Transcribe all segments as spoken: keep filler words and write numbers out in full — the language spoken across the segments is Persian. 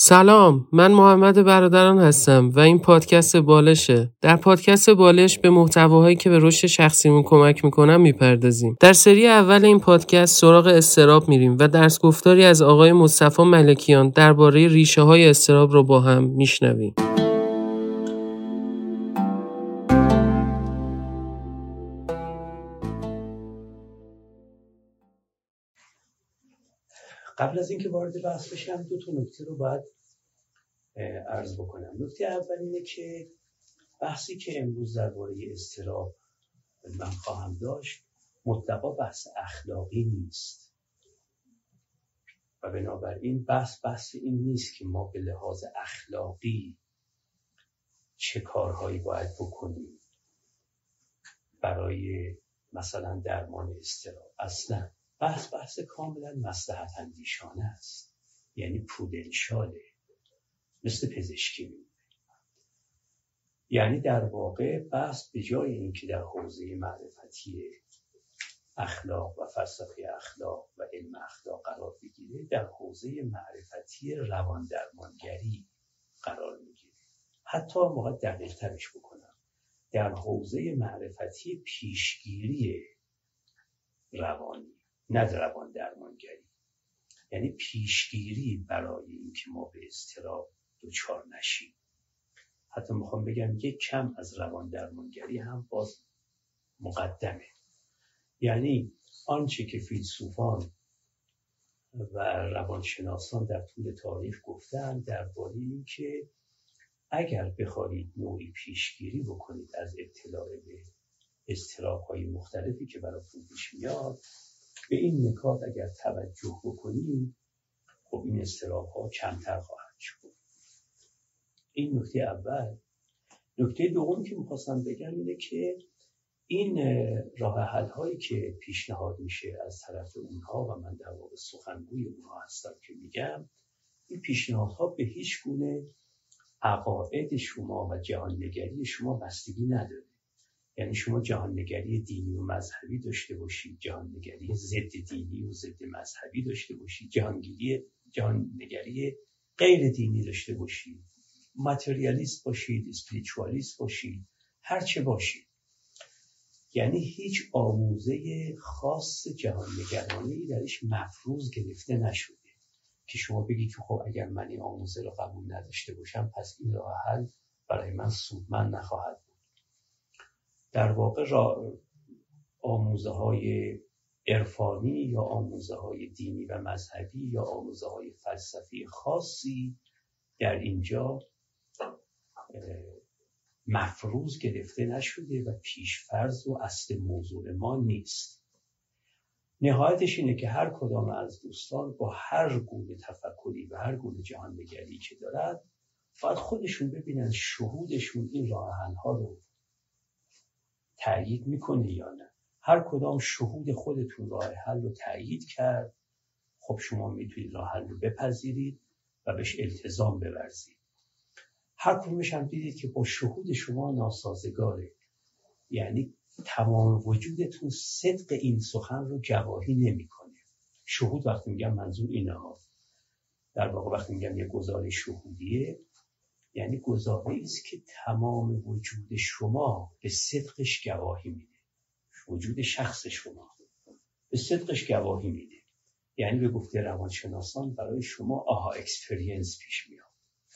سلام، من محمد برادران هستم و این پادکست بالشه. در پادکست بالش به محتواهایی که به رشد شخصیمون کمک میکنن میپردازیم. در سری اول این پادکست سراغ اضطراب میریم و درس گفتاری از آقای مصطفی ملکیان درباره ریشه های اضطراب رو با هم میشنویم. قبل از اینکه وارد بحث بشم دو تا نکته رو باید عرض بکنم. نکته اول اینه که بحثی که امروز درباره اضطراب من خواهم داشت مطلقا بحث اخلاقی نیست و بنابراین بحث بحث این نیست که ما به لحاظ اخلاقی چه کارهایی باید بکنیم برای مثلا درمان اضطراب. اصلا بحث بحث کاملا مصلحت اندیشانه است، یعنی پرودنشاله، مثل پزشکی میمونه. یعنی در واقع بحث به جای اینکه در حوزه معرفتی اخلاق و فلسفه اخلاق و علم اخلاق قرار بگیره، در حوزه معرفتی روان درمانگری قرار میگیره. حتی موقع دقیق ترش بکنم، در حوزه معرفتی پیشگیری روانی، نه روان درمانگری. یعنی پیشگیری برای اینکه ما به اضطراب دچار نشیم. حتی میخوام بگم یک کم از روان درمانگری هم باز مقدمه. یعنی آنچه که فیلسوفان و روانشناسان در طول تاریخ گفتن درباره این که اگر بخواهید نوعی پیشگیری بکنید از ابتلا به اضطراب‌های مختلفی که براتون پیش میاد، به این نکات اگر توجه بکنید، خب این اضطراب‌ها کمتر خواهد شد. این نکته اول. نکته دوم که می‌خواستم بگم اینه که این راه حل‌هایی که پیشنهاد میشه از طرف اونها و من در واقع سخنگوی اونها هستم که میگم، این پیشنهادها به هیچ گونه عقاید شما و جهان‌نگری شما بستگی نداره. یعنی شما جهان‌نگری دینی و مذهبی داشته باشید، جهان‌نگری ضد دینی و ضد مذهبی داشته باشید، جهانگیری جهان‌نگری غیر دینی داشته باشید، ماتریالیست باشید، اسپریچوالیست باشید، هر چه باشید. یعنی هیچ آموزه خاص جهان‌نگرانه‌ای درش مفروض گرفته نشده که شما بگید که خب اگر من این آموزه رو قبول نداشته باشم پس این راه حل برای من سودمند نخواهد بود. در واقع آموزه های عرفانی یا آموزه های دینی و مذهبی یا آموزه های فلسفی خاصی در اینجا مفروض گرفته نشده و پیشفرض و اصل موضوع ما نیست. نهایتش اینه که هر کدام از دوستان با هر گونه تفکری و هر گونه جهان نگری که دارد باید خودشون ببینن شهودشون این راه حل‌ها رو تأیید میکنه یا نه. هر کدام شهود خودتون راه حل رو تأیید کرد، خب شما میتونید راه حل رو بپذیرید و بهش التزام بورزید. هر کدومش هم دیدید که با شهود شما ناسازگاره، یعنی تمام وجودتون صدق این سخن رو گواهی نمیکنه. شهود وقتی میگم منظور اینه ها، در واقع وقتی میگم یه گزاره شهودیه یعنی گزاره‌ای است که تمام وجود شما به صدقش گواهی میده. وجود شخص شما به صدقش گواهی میده. یعنی به گفته روانشناسان برای شما آها اکسپریانس پیش میاد.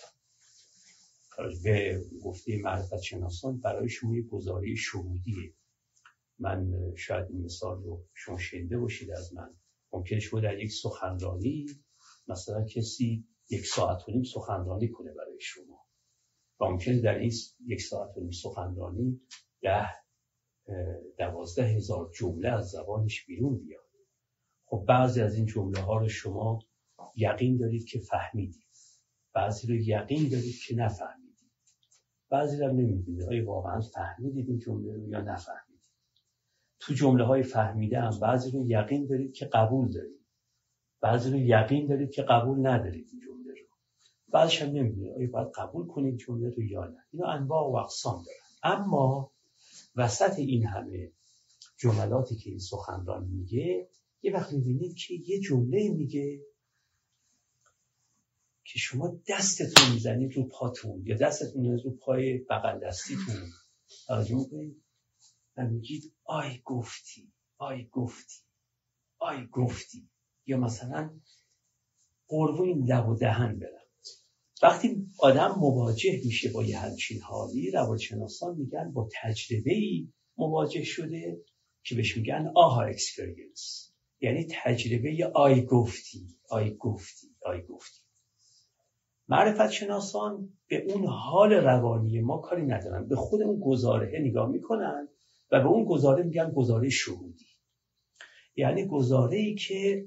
به گفته معرفت شناسان برای شما یه گزاره شهودیه. من شاید این مثال رو شما شنیده باشید از من. ممکنه شما در یک سخنرانی مثلا کسی یک ساعت و نیم سخنرانی کنه برای شما و ممکنه در این یک ساعت و نیم سخنرانی ده دوازده هزار جمله از زبانش بیرون بیاد. خب بعضی از این جمله ها رو شما یقین دارید که فهمیدید، بعضی رو یقین دارید که نفهمیدید، بعضی رو نمیدونید آیا واقعا فهمیدید این جمله رو یا نفهمیدید. تو جمله های فهمیده هم بعضی رو یقین دارید که قبول دارید، بعضی رو یقین دارید که قبول ندارید این جمله رو، بعضیش هم نمیدونید آیا باید قبول کنید جمله رو یا نه. اینا انواع و اقسام دارن. اما وسط این همه جملاتی که این سخنران میگه، یه وقت میبینید که یه جمله میگه که شما دستتون میزنید رو پاتون یا دستتون رو پای بغل دستیتون توجه میکنید و میگید آی گفتی، آی گفتی، آی گفتی، یا مثلا قربون لب و دهن برم. وقتی آدم مواجه میشه با یه همچین حالی، روانشناسان میگن با تجربه‌ای مواجه شده که بهش میگن آها اکسپریانس، یعنی تجربه آی گفتی، آی گفتی، آی گفتی. معرفت شناسان به اون حال روانی ما کاری ندارن، به خود اون گزاره نگاه میکنن و به اون گزاره میگن گزاره شهودی، یعنی گزاره‌ای که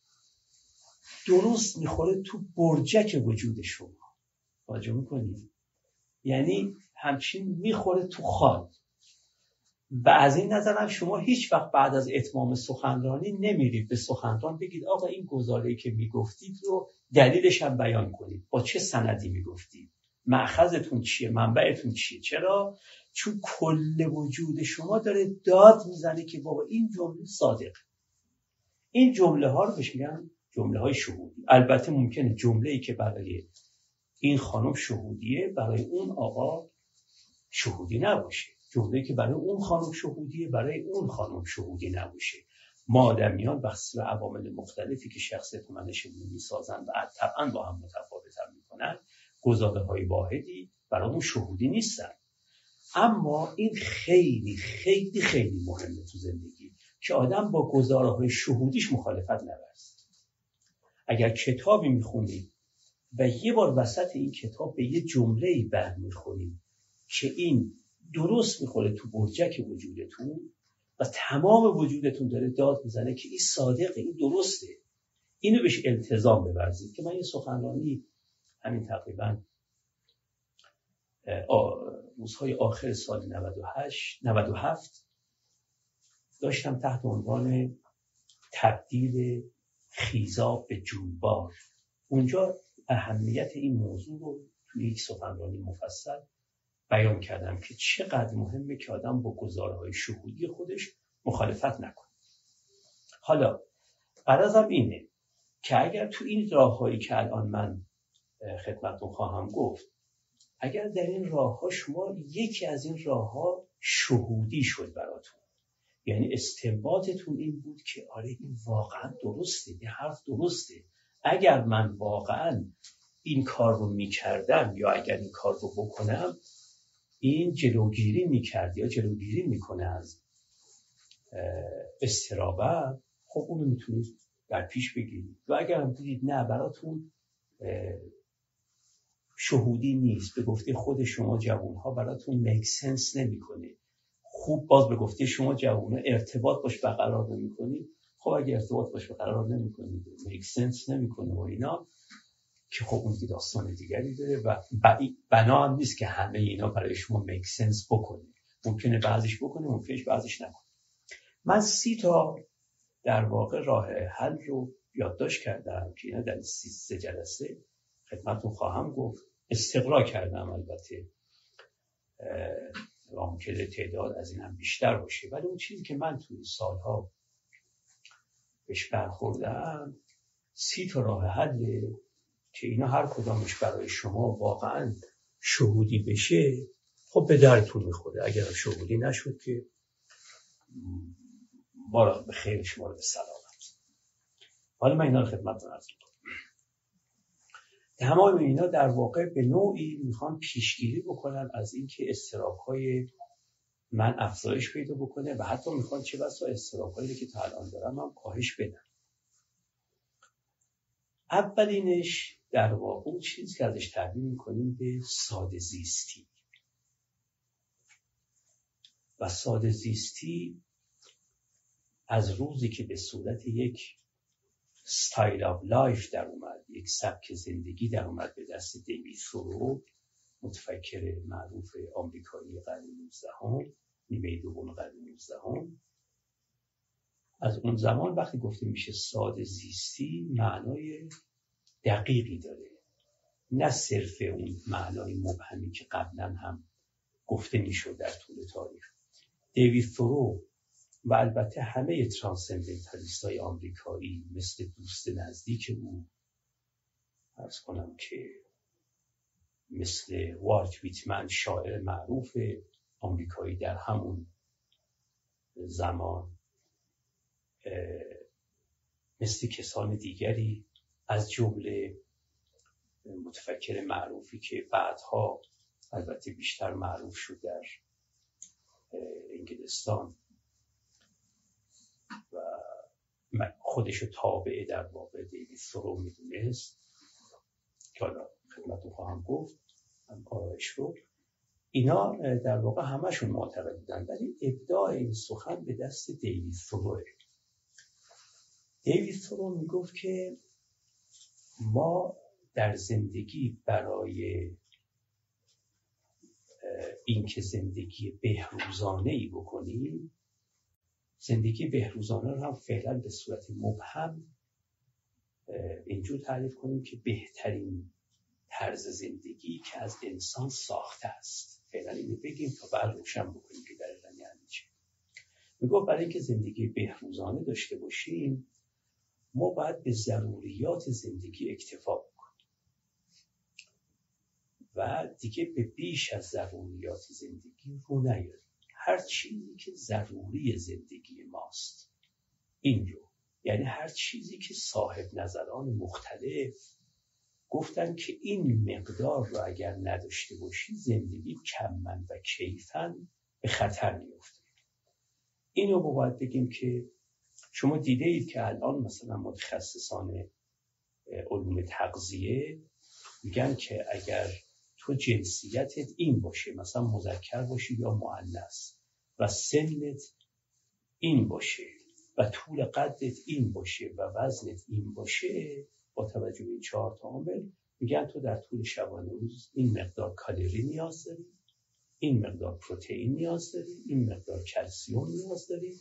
درست میخوره تو برجک وجود شما. توجه میکنید؟ یعنی همچین میخوره تو خال. و از این نظرم شما هیچ وقت بعد از اتمام سخنرانی نمیرید به سخنران بگید آقا این گزاره‌ای که میگفتید رو دلیلش هم بیان کنید، با چه سندی میگفتید، مأخذتون چیه، منبعتون چیه. چرا؟ چون کل وجود شما داره داد میزنه که بابا این جمله صادقه. این جمله ها رو بهش میگن جمله های شهودی. البته ممکنه جمله‌ای که برای این خانم شهودیه برای اون آقا شهودی نباشه، جمله‌ای که برای اون خانم شهودیه برای اون خانم شهودی نباشه. ما آدمیان بحث و عوامل مختلفی که شخصیت منشون میسازن و طبعا با هم متفاوت هم میکنن، گزاره‌های واحدی برای اون شهودی نیستن. اما این خیلی خیلی خیلی مهمه تو زندگی که آدم با گزاره‌های شهودیش مخالفت نورزه. اگر کتابی میخونید و یه بار وسط این کتاب به یه جمله‌ای برمیخورید که این درست میخوره تو برجک وجودتون و تمام وجودتون داره داد میزنه که این صادقه، این درسته، اینو بهش التزام بورزید. که من یه سخنرانی همین تقریبا روزهای آخر سال نود و هشت نود و هفت داشتم تحت عنوان تبدیل خیزاب به جویبار. اونجا اهمیت این موضوع رو توی یک سخنرانی مفصل بیان کردم که چقدر مهمه که آدم با گزاره‌های شهودی خودش مخالفت نکنه. حالا غرضم اینه که اگر تو این راه‌هایی که الان من خدمتتون خواهم گفت، اگر در این راه‌ها شما یکی از این راه‌ها شهودی شد براتون، یعنی استنباطتون این بود که آره این واقعا درسته، این حرف درسته، اگر من واقعا این کار رو می‌کردم یا اگر این کار رو بکنم این جلوگیری می‌کرد یا جلوگیری می‌کنه از استرابت، خب اونو میتونید در پیش بگیرید. و اگر هم دیدید نه براتون شهودی نیست، به گفته خود شما جوان‌ها براتون میک سنس نمی‌کنه، خوب باز به گفته شما جوان‌ها ارتباط باش برقرار نمی‌کنید، خب اگه ارتباط باش برقرار نمی‌کنید میک سنس نمی‌کنه و اینا، که خب اون داستان دیگری داره و بنا هم نیست که همه اینا برای شما میک سنس بکنه. ممکنه بعضیش بکنه، ممکنه بعضیش نکنه. من سی تا در واقع راه حل رو یادداشت کردم که اینا در سه جلسه خدمتتون خواهم گفت. استقرا کردم، البته ممکنه تعداد از این هم بیشتر باشه، ولی اون چیزی که من توی سالها بهش برخوردم سی تا راه حل که اینا هر کدامش برای شما واقعا شهودی بشه، خب به درتون میخوره. اگر شهودی نشد که ما را به خیر شما را به سلامت. حالا من اینا رو خدمتتون عرض می‌کنم. تمام اینا در واقع به نوعی میخوان پیشگیری بکنن از اینکه اضطراب‌های من افزایش پیدا بکنه و حتی میخوان چه بسا اضطراب‌هایی که تا الان دارم هم کاهش بدن. اولینش در واقع اون چیزی که ازش تعبیر میکنیم به ساده زیستی. و ساده زیستی از روزی که به صورت یک ستایل آف لایف در اومد، یک سبک زندگی در اومد به دست دیوید ثورو، متفکر معروف آمریکایی قرن نوزدهم، نیمه دوم قرن نوزدهم، از اون زمان وقتی گفته میشه ساده زیستی معنای دقیقی داره، نه صرف اون معنای مبهمی که قبلا هم گفته میشد در طول تاریخ. دیوید ثورو و البته همه ترانسندنتالیست های آمریکایی مثل دوست نزدیک او عرض کنم که مثل والت ویتمن شاعر معروف آمریکایی در همون زمان، مثل کسان دیگری از جمله متفکر معروفی که بعدها البته بیشتر معروف شد در انگلستان و خودشو تابع در واقع دیوید ثورو میدونست که حالا خدمتتون خواهم گفت آرایش رو، اینا در واقع همشون معتقد بودن، ولی ابداع این سخن به دست دیوید ثوروه. دیوید ثورو میگفت که ما در زندگی برای اینکه زندگی بهروزانه‌ای بکنیم، زندگی بهروزانه رو هم فعلا به صورت مبهم اینجور تعریف کنیم که بهترین طرز زندگی که از انسان ساخته است. فعلا اینو بگیم تا بعد روشن بکنیم که دقیقاً یعنی چی. میگه برای اینکه زندگی بهروزانه داشته باشیم ما باید به ضروریات زندگی اکتفا بکنیم و دیگه به بیش از ضروریات زندگی رو نیاریم. هر چیزی که ضروری زندگی ماست این رو، یعنی هر چیزی که صاحب نظران مختلف گفتن که این مقدار رو اگر نداشته باشی زندگی کماً و کیفاً به خطر میفته. اینو باید بگیم که شما دیده اید که الان مثلا متخصصان علوم تغذیه میگن که اگر تو جنسیتت این باشه، مثلا مذکر باشی یا مؤنث، و سنت این باشه و طول قدت این باشه و وزنت این باشه، با توجه به این چهار تا عامل میگن تو در طول شبانه روز این مقدار کالری نیاز داری، این مقدار پروتئین نیاز داری، این مقدار کلسیم نیاز داری،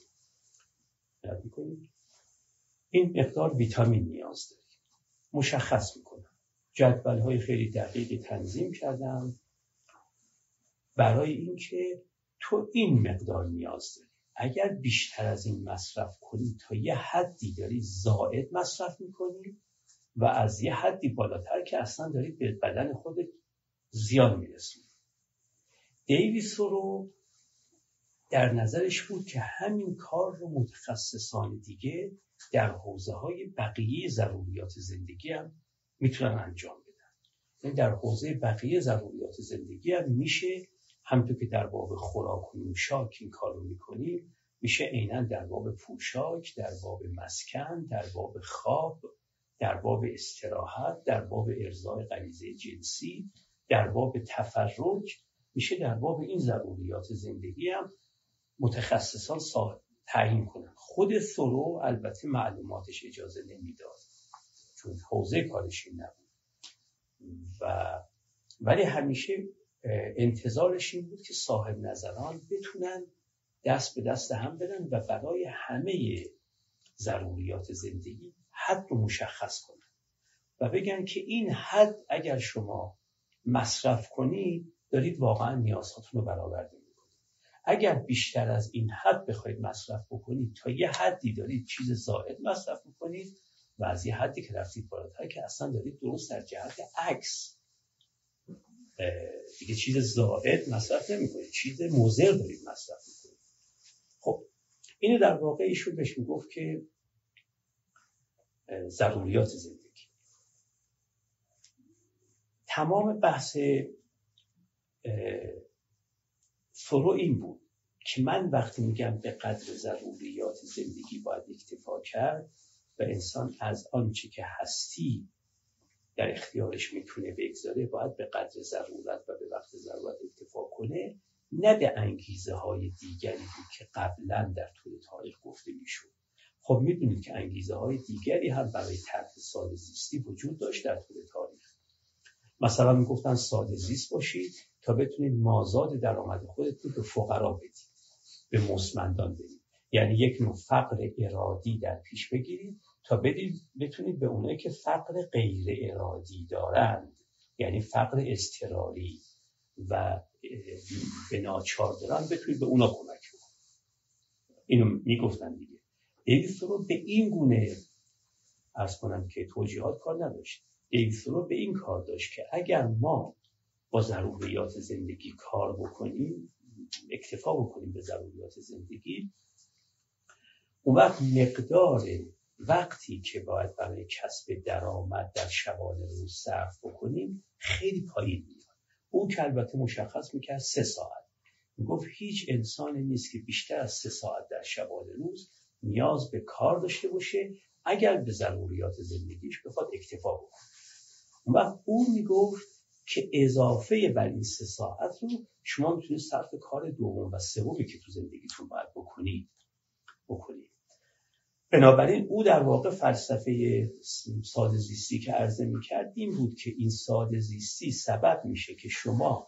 این مقدار ویتامین نیاز داری. مشخص میکنم، جدول‌های خیلی دقیقی تنظیم کردم برای اینکه تو این مقدار نیاز داری. اگر بیشتر از این مصرف کنی تا یه حدی داری زائد مصرف میکنی و از یه حدی بالاتر که اصلا داری به بدن خودت زیان میرسونی. دیوید ثورو در نظرش بود که همین کار رو متخصصان دیگه در حوزه‌های بقیه ضروریات زندگی هم میتونن انجام بدن. یعنی در حوزه بقیه ضروریات زندگی هم میشه، همونطور که در باب خوراک و نوشاک این کار رو میکنیم، میشه عیناً در باب پوشاک، در باب مسکن، در باب خواب، در باب استراحت، در باب ارضای غریزه جنسی، در باب تفرج، میشه در باب این ضروریات زندگی هم متخصصان تعیین کنن. خود ثورو البته معلوماتش اجازه نمیداد چون حوزه کارش این نبود، و ولی همیشه انتظارش این بود که صاحب نظران بتونن دست به دست هم بدن و برای همه ضروریات زندگی حد رو مشخص کنن و بگن که این حد اگر شما مصرف کنید دارید واقعا نیازهاتون رو برآورده میکنید. اگر بیشتر از این حد بخواید مصرف بکنید تا یه حدی دارید چیز زائد مصرف میکنید و از یه حدی که رفتید بالاتر که اصلا دارید درست در جهت عکس دیگه چیز زائد مصرف نمیکنید، چیز مضر دارید مصرف میکنید. خب اینو در واقع ایشون بهش میگفت که ضروریات زندگی. تمام بحث ثورو این بود که من وقتی میگم به قدر ضروریات زندگی باید اکتفا کرد و انسان از آنچه که هستی در اختیارش میتونه بگذاره باید به قدر ضرورت و به وقت ضرورت اکتفا کنه، نه به انگیزه های دیگری بود که قبلا در طول تاریخ گفته میشد. خب میدونید که انگیزه های دیگری هم برای ترک ساده زیستی وجود داشت در طول تاریخ. مثلا میگفتن ساده زیست باشید تا بتونید مازاد درآمد خودتون به فقرا بدید، به مستمندان بدید. یعنی یک نوع فقر ارادی در پیش بگیرید تا بدید بتونید به اونایی که فقر غیر ارادی دارند، یعنی فقر اضطراری و به ناچار دارن، بتونید به اونا کمک کنید. اینو میگفتن دیگه. دیوید ثورو به این گونه عرض کنم که توجیهات کار نداشت. دیوید ثورو به این کار داشت که اگر ما با ضروریات زندگی کار بکنیم، اکتفا بکنیم به ضروریات زندگی، اون وقت مقدار وقتی که باید برای کسب درآمد در شبانه روز صرف بکنیم خیلی پایین میاد. اون که البته مشخص میکرد سه ساعت. میگفت هیچ انسانی نیست که بیشتر از سه ساعت در شبانه روز نیاز به کار داشته باشه اگر به ضروریات زندگیش بخواد اکتفا بکنه. اون وقت اون میگفت که اضافه بر این سه ساعت رو شما میتونید صرف کار دوم و سومی که تو زندگیتون باید بکنید بکنید. بنابراین او در واقع فلسفه ساده زیستی که عرضه میکرد این بود که این ساده زیستی سبب میشه که شما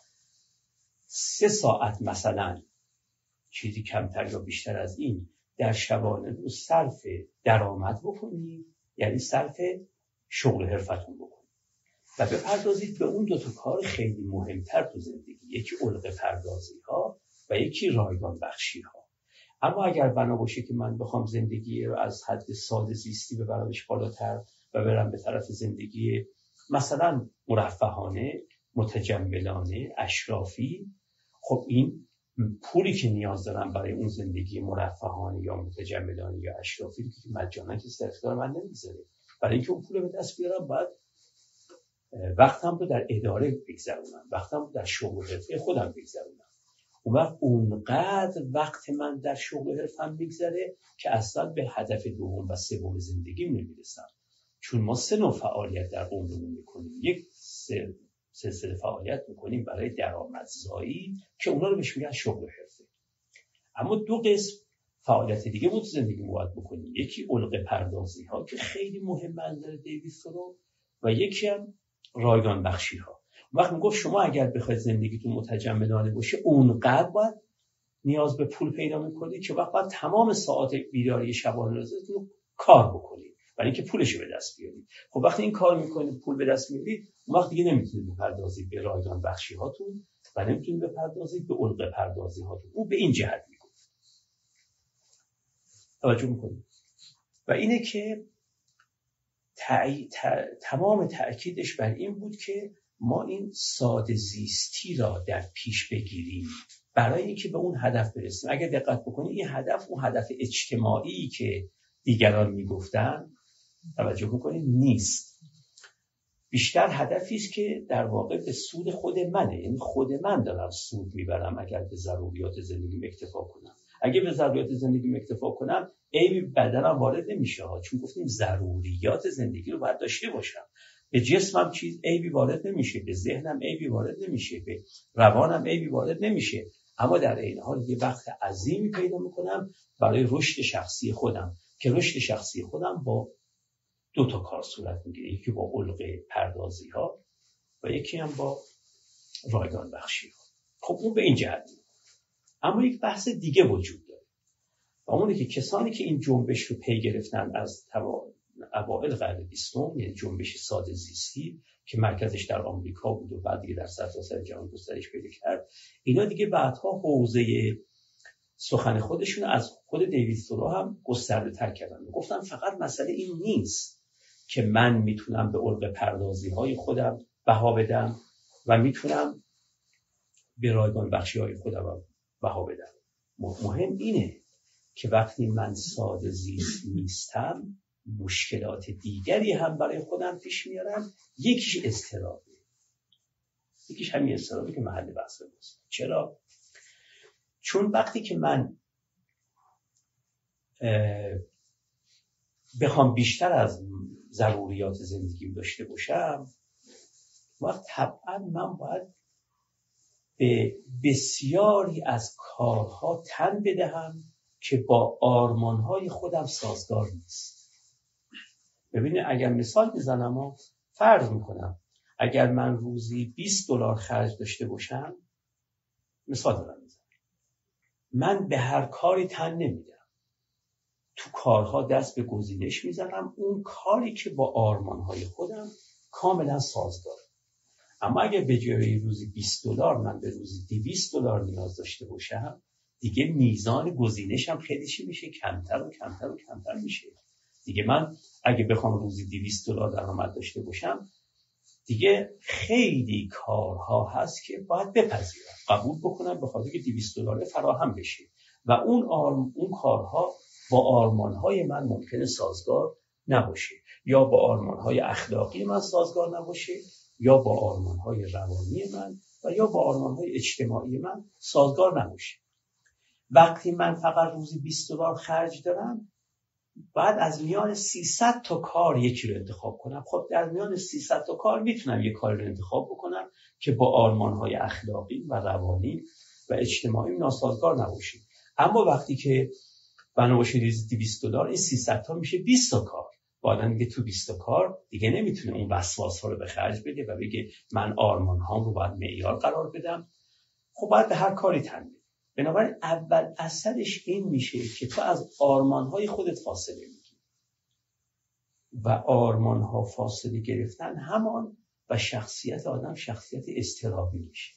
سه ساعت مثلا چیزی کمتر یا بیشتر از این در شبانه روز صرف درآمد بکنید، یعنی صرف شغل حرفتون بکنید و بپردازید به اون دو تا کار خیلی مهمتر تو زندگی، یکی علق پردازی ها و یکی رایگان بخشی ها. اما اگر بنا باشه که من بخوام زندگی رو از حد ساده زیستی ببرمش بالاتر و برم به طرف زندگی مثلا مرفهانه، متجملانه، اشرافی، خب این پولی که نیاز دارم برای اون زندگی مرفهانه یا متجملانه یا اشرافی که مجانا که در اختیار من نمیذاره. برای اینکه اون پول رو به دست بیارم باید وقتم رو در اداره بگذرونم، وقتم رو در شغل حرفه خودم بگذرونم. اون وقت اونقدر وقت من در شغل حرفم میگذره که اصلا به هدف دوم و سوم زندگیم نمیرسم. چون ما سه نوع فعالیت در عمرمون میکنیم. یک سلسله فعالیت میکنیم برای درآمدزایی که اونا رو بهش میگن شغل حرفه. اما دو قسم فعالیت دیگه ما تو زندگی باید بکنیم. یکی علق پردازی ها که خیلی مهم از نظر دیوید ثورو و یکی هم رایگان بخشی ها. وقت میگفت شما اگر بخواید زندگیتون متجملانه باشه اونقدر باید نیاز به پول پیدا میکنید که وقت باید تمام ساعات بیداری شبانه روزتون رو کار بکنید برای اینکه پولش رو به دست بیارید. خب وقتی این کار میکنید پول به دست میارید اون وقت دیگه نمیتونید بپردازید به رایگان بخشی هاتون و نمیتونید بپردازید به علق پردازی هاتون. او به این جهت میگفت. توجه میکنید و اینه که تع... ت... تمام تأکیدش بر این بود که ما این ساده زیستی را در پیش بگیریم برای اینکه به اون هدف برسیم. اگر دقت بکنید این هدف اون هدف اجتماعی که دیگران میگفتن توجه بکنید نیست. بیشتر هدفی است که در واقع به سود خود منه، یعنی خود من دارم سود میبرم اگر به ضروریات زندگیم اکتفا کنم. اگه به ضروریات زندگیم اکتفا کنم عیبی بدنم وارد نمیشه ها، چون گفتیم ضروریات زندگی رو باید داشته باشم. به جسمم چیز عیبی وارد نمیشه، به ذهنم عیبی وارد نمیشه، به روانم عیبی وارد نمیشه. اما در این حال یه وقت عظیمی پیدا میکنم برای رشد شخصی خودم که رشد شخصی خودم با دو تا کار صورت میگیره، یکی با علق پردازی ها و یکی هم با رایگان بخشی ها. خب اون به این جهت. اما یک بحث دیگه وجود داره و اونه که کسانی که این جنبش رو پی گرفتن از اوایل قرن بیستم، یعنی جنبش ساده زیستی که مرکزش در آمریکا بود و بعد دیگه در سرتاسر جهان گسترش پیدا کرد، اینا دیگه بعدها حوزه سخن خودشون از خود دیوید ثورو هم گسترده تر کردن. گفتن فقط مسئله این نیست که من میتونم به علق پردازی های خودم بها بدم و میتونم به رایگان بخشی های خودم بها بدم. مهم اینه که وقتی من ساده زیست نیستم مشکلات دیگری هم برای خودم پیش میارم. یکیش اضطرابه، یکیش همین اضطرابه که محل بحث ماست. چرا؟ چون وقتی که من بخوام بیشتر از ضروریات زندگیم داشته باشم وقت طبعا من باید به بسیاری از کارها تن بدهم که با آرمانهای خودم سازگار نیست. ببینید اگر مثال میزنم و فرض میکنم اگر من روزی بیست دلار خرج داشته باشم، مثال دارم میزنم، من به هر کاری تن نمیدم، تو کارها دست به گزینش میزنم اون کاری که با آرمانهای خودم کاملا سازگار. اما اگر به جای روزی بیست دلار من به روزی دویست دلار نیاز داشته باشم، دیگه میزان گزینشم خیلی چی میشه؟ کمتر و کمتر و کمتر میشه. دیگه من اگه بخوام روزی دویست دلار درآمد داشته باشم دیگه خیلی کارها هست که باید بپذیرم، قبول بکنم به خاطر که دویست دلار فراهم بشه و اون آرم، اون کارها با آرمانهای من ممکنه سازگار نباشه، یا با آرمانهای اخلاقی من سازگار نباشه، یا با آرمانهای روانی من و یا با آرمانهای اجتماعی من سازگار نباشه. وقتی من فقط روزی بیست دلار خرج دارم، بعد از میان سیصد تا کار یکی رو انتخاب کنم. خب در میان سیصد تا کار میتونم یک کار رو انتخاب بکنم که با آرمانهای اخلاقی و روانی و اجتماعی ناسازگار نباشه. اما وقتی که بنا باشه دویست دلار، این سیصد تا میشه بیست تا کار. بعدن دیگه تو بیست تا کار دیگه نمیتونه اون وسواس ها رو به خرج بده و بگه من آرمان هام رو باید معیار قرار بدم. خب باید به هر کاری تن بده. بنابراین اول اثرش این میشه که تو از آرمان های خودت فاصله میگیری و آرمان ها فاصله گرفتن همان و شخصیت آدم شخصیت اضطرابی میشه.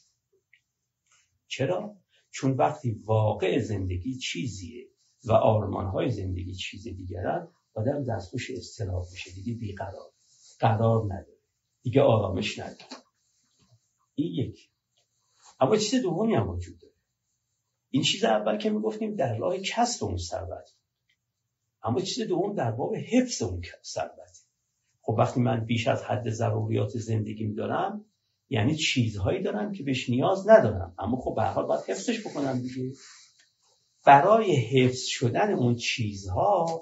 چرا؟ چون وقتی واقع زندگی چیزیه و آرمان های زندگی چیز دیگرن، آدم دستخوش اضطراب میشه، دیگه بیقرار، قرار نداره، دیگه آرامش نداره. این یک. اما چیز دومی هم وجود داره. این چیز اول که میگفتیم در راه کسب اون ثروت، اما چیز دوم در باب حفظ اون ثروت. خب وقتی من بیش از حد ضروریات زندگیم دارم، یعنی چیزهایی دارم که بهش نیاز ندارم، اما خب به هر حال باید حفظش بکنم دیگه. برای حفظ شدن اون چیزها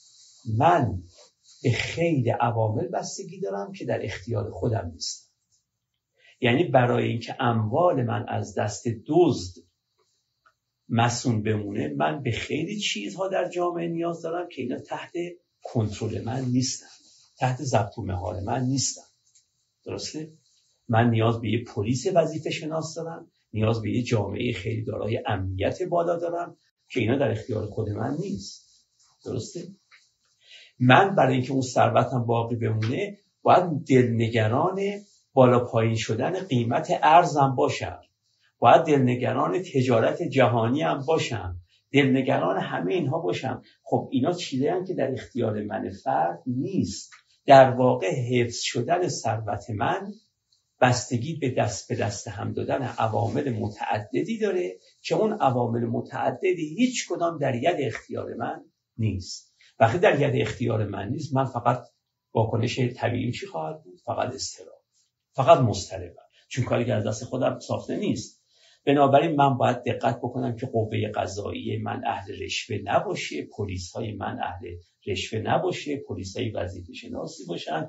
من به خیلی عوامل بستگی دارم که در اختیار خودم نیست. یعنی برای اینکه اموال من از دست دزد مسئول بمونه، من به خیلی چیزها در جامعه نیاز دارم که اینا تحت کنترل من نیستن، تحت ضبط و مهار من نیستن. درسته؟ من نیاز به یه پلیس وظیفه شناس دارم، نیاز به یه جامعه خیلی دارای امنیت بالا دارم که اینا در اختیار خود من نیست. درسته؟ من برای اینکه اون ثروتم باقی بمونه باید دلنگران بالا پایین شدن قیمت ارزم باشم، باید دلنگران تجارت جهانی هم باشم، دلنگران همه اینها باشم. خب اینا چیزایی که در اختیار من فرد نیست. در واقع حفظ شدن ثروت من بستگی به دست به دست هم دادن عوامل متعددی داره که اون عوامل متعددی هیچ کدام در ید اختیار من نیست. وقتی در ید اختیار من نیست، من فقط واکنش طبیعی چی خواهد بود؟ فقط اضطراب، فقط مضطربم، چون کاری که از دست خودم ساخته نیست. بنابراین من باید دقت بکنم که قوه قضاییه من اهل رشوه نباشه، پلیس های من اهل رشوه نباشه، پلیس های وظیفه شناسی باشن،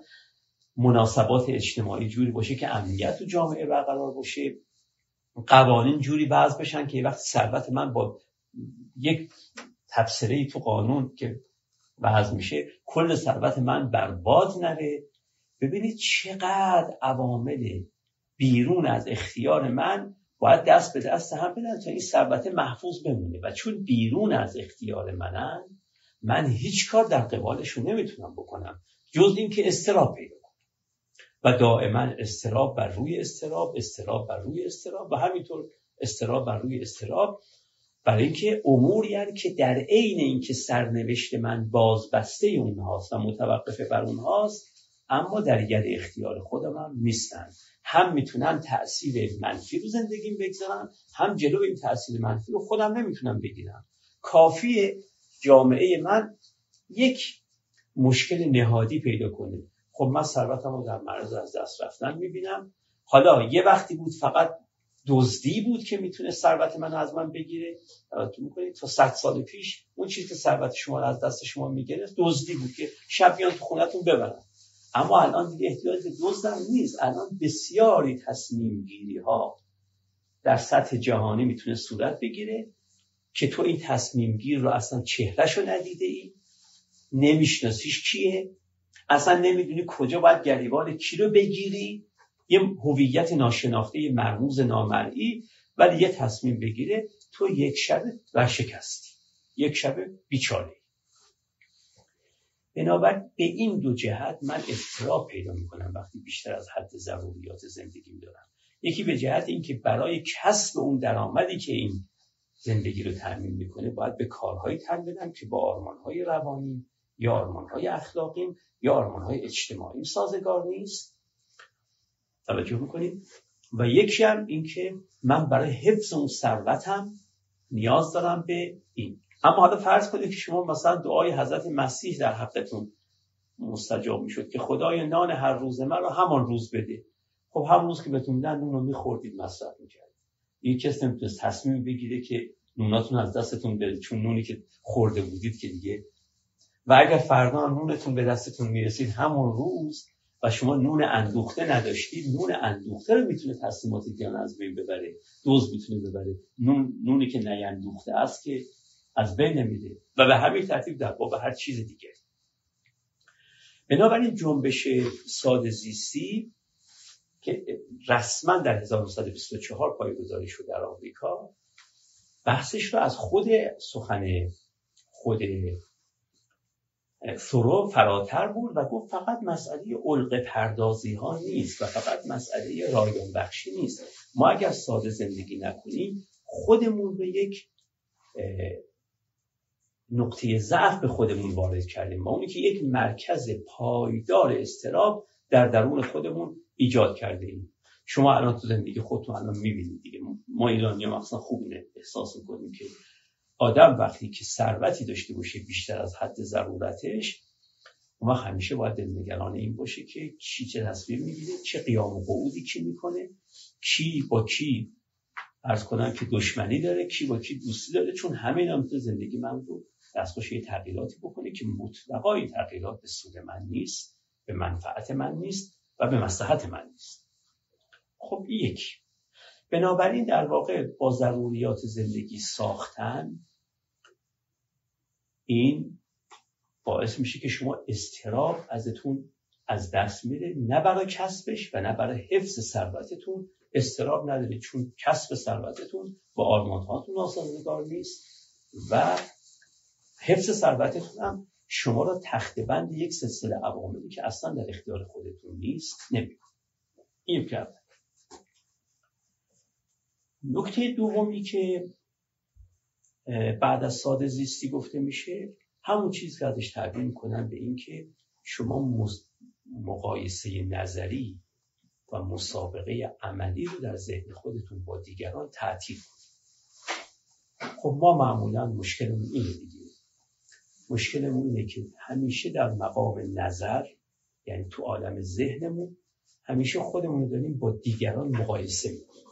مناسبات اجتماعی جوری باشه که امنیت تو جامعه برقرار باشه، قوانین جوری وضع بشن که وقتی ثروت من با یک تبصره‌ای تو قانون که وضع میشه کل ثروت من برباد نره. ببینید چقدر عوامل بیرون از اختیار من باید دست به دست هم بدن تا این ثروت محفوظ بمونه و چون بیرون از اختیار منن، من هیچ کار در قبالشون نمیتونم بکنم جز این که اضطراب پیدا کنم و دائما اضطراب بر روی اضطراب، اضطراب بر روی اضطراب و همینطور اضطراب بر روی اضطراب، برای اینکه اموری هست که در عین اینکه سرنوشت من بازبسته اونهاست و متوقف بر اونهاست، اما در ید اختیار خودم هم نیستن. هم میتونن تأثیر منفی رو زندگیم بگذارن، هم جلو این تأثیر منفی رو خودم نمیتونم بگیرم. کافیه جامعه من یک مشکل نهادی پیدا کنه، خب من ثروتم رو در معرض از دست رفتن میبینم. حالا یه وقتی بود فقط دزدی بود که میتونه ثروت منو از من بگیره. تو میکنید تا صد سال پیش اون چیزی که ثروت شما رو از دست شما میگرفت دزدی بود که شب بیان تو خونتون ببرن. اما الان دیگه احتیاج به دزد هم نیست. الان بسیاری تصمیم گیری ها در سطح جهانی میتونه صورت بگیره که تو این تصمیم گیر رو اصلا چهرهشو ندیده ای، نمیشناسیش کیه، اصلا نمیدونی کجا باید گریبان کی رو بگیری، یه هویت ناشناخته مرموز نامرئی، ولی یه تصمیم بگیره تو یک شب ورشکستی، یک شب بیچاره. بنابراین به این دو جهت من اضطراب پیدا میکنم وقتی بیشتر از حد ضروریات زندگیم دارم. یکی به جهت این که برای کسب اون درآمدی که این زندگی رو تامین میکنه باید به کارهایی تن بدم که با آرمانهای روانی یا آرمانهای اخلاقیم یا آرمانهای اجتماعیم سازگار نیست. توجه میکنید؟ و یکی هم این که من برای حفظ اون ثروتم نیاز دارم به این. اما حالا فرض کنید که شما مثلا دعای حضرت مسیح در حقتون مستجاب میشد که خدای نان هر روز من رو همان روز بده. خب هم روز که بهتون میدن نون رو میخوردید، مصرف میکردید. یک کس نمیتونست تصمیم بگیره که نوناتون از دستتون بره، چون نونی که خورده بودید که دیگه. و اگر فردا نونتون به دستتون میرسید همون روز و شما نون اندوخته نداشتید، نون اندوخته رو میتونه تصمیمات دیگران از بین ببره، دوز میتونه ببره. نون نونی که نیندوخته است که از بین نمیره. و به همین ترتیب در باب هر چیز دیگه. بنابراین جنبش ساده زیستی که رسما در هزار و نهصد و بیست و چهار پایه‌گذاری شد در آمریکا، بحثش رو از خود سخن خود ثرو فراتر بود و گفت فقط مسئله علقه پردازی ها نیست و فقط مسئله رایگان بخشی نیست. ما اگر ساده زندگی نکنیم خودمون رو یک نقطه ضعف به خودمون وارد کردیم، ما اونی که یک مرکز پایدار اضطراب در درون خودمون ایجاد کرده ایم. شما الان تو زندگی خودتون الان میبینید دیگه، ما ایرانی‌ها مثلا خوب اینه احساس میکنیم که آدم وقتی که ثروتی داشته باشه بیشتر از حد ضرورتش، ما همیشه باید دلنگران این باشه که کی چه تصمیم میگیره، چه قیام و قعودی کی میکنه، کی با کی عرض کنم که دشمنی داره، کی با کی دوستی داره، چون همین هم تو زندگی من رو دستخوش یه تغییراتی بکنه که مطلقاً این تغییرات به سود من نیست، به منفعت من نیست و به مصلحت من نیست. خب یک، بنابراین در واقع با ضروریات زندگی ساختن این باعث میشه که شما اضطراب ازتون از دست میره، نه برای کسبش و نه برای حفظ ثروتتون. اضطراب نداره چون کسب ثروتتون با آرمان‌هاتون ناسازگار نیست و حفظ ثروتتون هم شما را تخته بند یک سلسله عواملی که اصلا در اختیار خودتون نیست نمیکنه. این کرد. نکته دومی که بعد از ساده زیستی گفته میشه همون چیز که ازش تعبیر میکنن به این که شما مقایسه نظری و مسابقه عملی رو در ذهن خودتون با دیگران تعطیل کنید. خب ما معمولا مشکلمون اینه دیگه، مشکلمون اینه که همیشه در مقام نظر، یعنی تو عالم ذهنمون، همیشه خودمون رو داریم با دیگران مقایسه میکنیم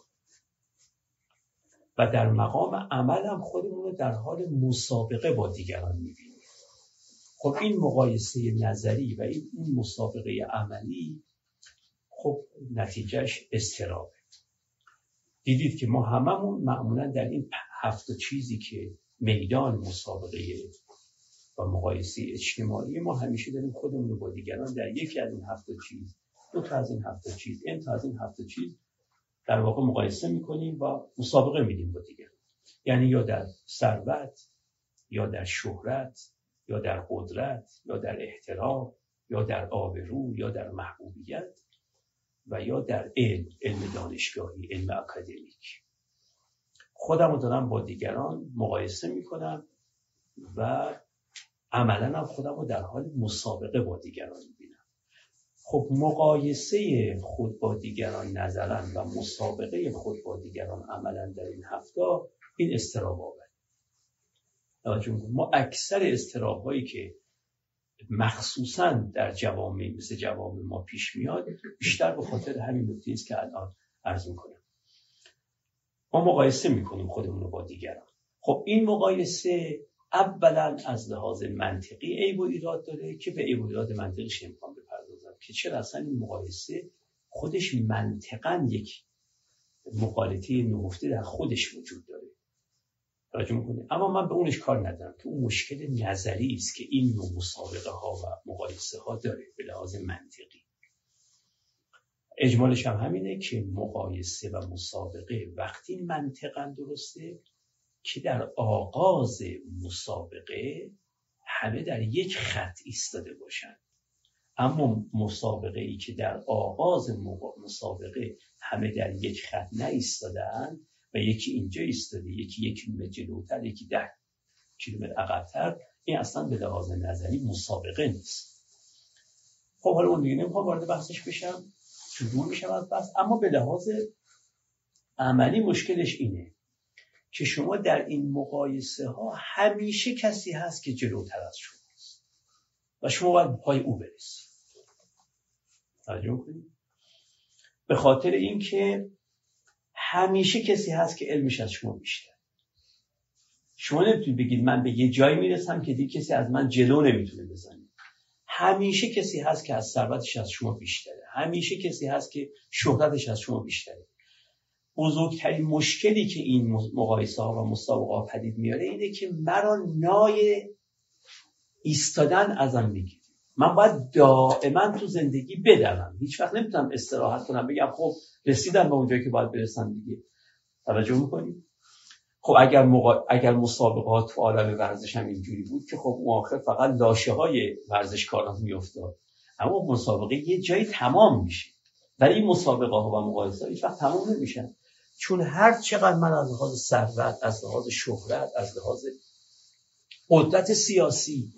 و در مقام عمل هم خودمون رو در حال مسابقه با دیگران میبینیم. خب این مقایسه نظری و این مسابقه عملی خب نتیجهش اضطرابه. دیدید که ما هممون معمولا در این هفت چیزی که میدان مسابقه و مقایسه اجتماعی، ما همیشه داریم خودمون رو با دیگران در یکی از این هفت چیز، دو تا از این هفت چیز، این تا از این هفت چیز در واقع مقایسه میکنیم و مسابقه میدیم با دیگران. یعنی یا در ثروت، یا در شهرت، یا در قدرت، یا در احترام، یا در آبرو، یا در محبوبیت و یا در علم، علم دانشگاهی، علم اکادمیک. خودم رو دارم با دیگران مقایسه میکنم و عملاً هم خودم رو در حال مسابقه با دیگران میبینم. خب مقایسه خود با دیگران نظراً و مسابقه خود با دیگران عملاً در این هفته این اضطراب آورد. ما اکثر اضطراب هایی که مخصوصاً در جوامع مثل جوامع ما پیش میاد بیشتر به خاطر همین نکته است که الان عرض میکنم. ما مقایسه میکنیم خودمون رو با دیگران. خب این مقایسه اولا از لحاظ منطقی عیب و ایراد داره که به عیب و ایراد منطقیش امکان بپردازم که چرا اصلا این مقایسه خودش منطقاً یک مغالطه نهفته در خودش وجود داره. توجه میکنید؟ اما من به اونش کار ندارم که اون مشکل نظری است که این نوع مسابقه ها و مقایسه ها داره به لحاظ منطقی. اجمالش هم همینه که مقایسه و مسابقه وقتی منطقاً درسته که در آغاز مسابقه همه در یک خط ایستاده باشن. اما مسابقه ای که در آغاز مسابقه همه در یک خط نایستادن و یکی اینجا ایستاده، یکی یک کیلومتر جلوتر، یکی ده کیلومتر عقب‌تر، این اصلا به لحاظ نظری مسابقه نیست. خب حالا اون دیگه نمیخوام وارد بحثش بشم دور میشم از بحث. اما به لحاظ عملی مشکلش اینه که شما در این مقایسه ها همیشه کسی هست که جلوتر از شماست و شما باید پای او برسید. توجه کنید. به خاطر اینکه همیشه کسی هست که علمش از شما بیشتر. شما نمیتونید بگید من به یه جایی میرسم که دیگه کسی از من جلو نمیتونه بزنه. همیشه کسی هست که از ثروتش از شما بیشتره. همیشه کسی هست که شهرتش از شما بیشتره. بزرگترین مشکلی که این مقایسه ها و مسابقه ها پدید میاره اینه که مرا نای ایستادن ازم میگیره. من باید دائما تو زندگی بدوم. هیچ وقت نمیتونم استراحت کنم بگم خب رسیدم به اونجایی که باید برسم دیگه. توجه میکنید؟ خب اگر مقا... اگر مسابقات تو عالم ورزش هم اینجوری بود که خب اون آخر فقط لاشه های ورزشکاران میافتاد. اما مسابقه یه جایی تمام میشه. ولی این مسابقه ها و مقایسه ها هیچ وقت تمام نمیشن. چون هر چقدر من از لحاظ ثروت، از لحاظ شهرت، از لحاظ قدرت سیاسی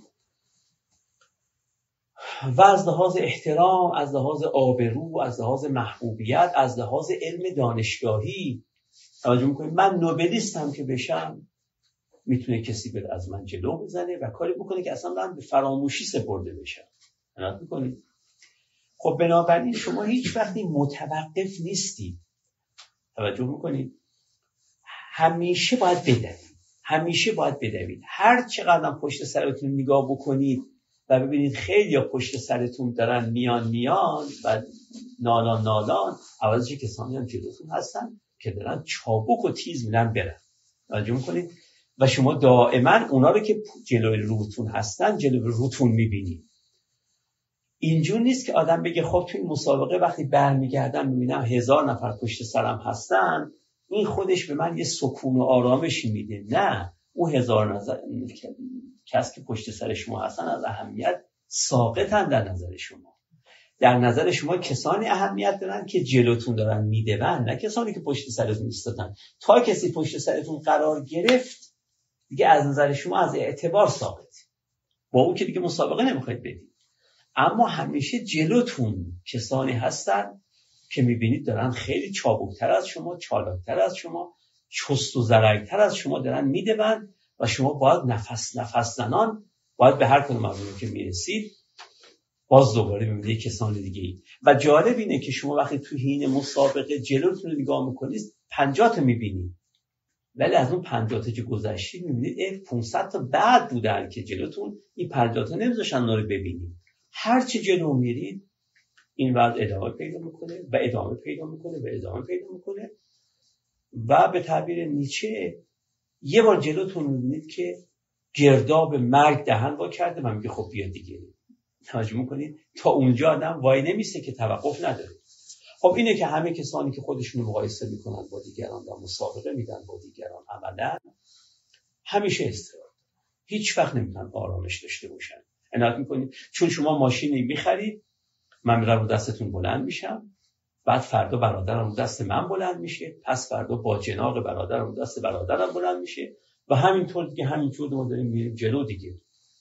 و از لحاظ احترام، از لحاظ آبرو، از لحاظ محبوبیت، از لحاظ علم دانشگاهی توجه میکنید من نوبلیستم که بشم، میتونه کسی بره از من جلو بزنه و کاری بکنه که اصلا من به فراموشی سپرده بشم. عنایت میکنید؟ خب بنابراین شما هیچ وقتی متوقف نیستید. توجه میکنید؟ همیشه باید بدوید. همیشه باید بدوید. هر چقدر پشت سرتون نگاه بکنید و ببینید خیلی یا پشت سرتون دارن میان میان و نالان نالان، عوضش کسانی هم جلوتون هستن که دارن چابک و تیز میرن برن. توجه میکنید؟ و شما دائما اونا رو که جلوی روتون هستن جلوی روتون میبینید. اینجور نیست که آدم بگه خب تو این مسابقه وقتی برمیگردم میبینم هزار نفر پشت سرم هستن، این خودش به من یه سکون و آرامشی میده. نه، اون هزار نظر کس که پشت سر شما هستن از اهمیت ساقطن در نظر شما. در نظر شما کسانی اهمیت دارن که جلوتون دارن میدون، نه کسانی که پشت سرتون ایستادن. تا کسی پشت سرتون قرار گرفت دیگه از نظر شما از اعتبار ساقط. با اون که دیگه مسابقه نمیخواید بدید. اما همیشه جلوتون کسانی هستن که میبینید دارن خیلی چابکتر از شما، چالاکتر از شما، چست و زرنگتر از شما دارن میدون و شما باید نفس نفس زنان باید به هر کدوم از اونها که میرسید باز دوباره میبینید کسان دیگه ای. و جالب اینه که شما وقتی تو حین مسابقه جلوتون رو نگاه میکنید پنجاه تا میبینید، ولی از اون پنجاه تا که گذشتید میبینید پانصد تا بعد بودن که جلوتون این پنجاه تا نمیذاشتن اونا رو ببینید. هر چه جلو میرید این وضع ادامه پیدا میکنه و ادامه پیدا میکنه و ادامه پیدا میکنه و به تعبیر نیچه یه بار جلوتون میبینید که گرداب مرگ دهن وا کرده و میگه خب بیا دیگه. توجه میکنید؟ تا اونجا آدم وای نمیسته که توقف نداره. خب اینه که همه کسانی که خودشون رو مقایسه میکنن با دیگران و مسابقه میدن با دیگران عملا همیشه استراب، هیچ وقت نمیتونن آرامش داشته باشن. عنایت میکنید؟ چون شما ماشینی میخرید، من میرم رو دستتون بلند میشم، بعد فردا برادرم رو دست من بلند میشه، پس فردا با جناق برادرم رو دست برادرم بلند میشه و همینطور دیگه همینطور ما داریم میریم جلو دیگه.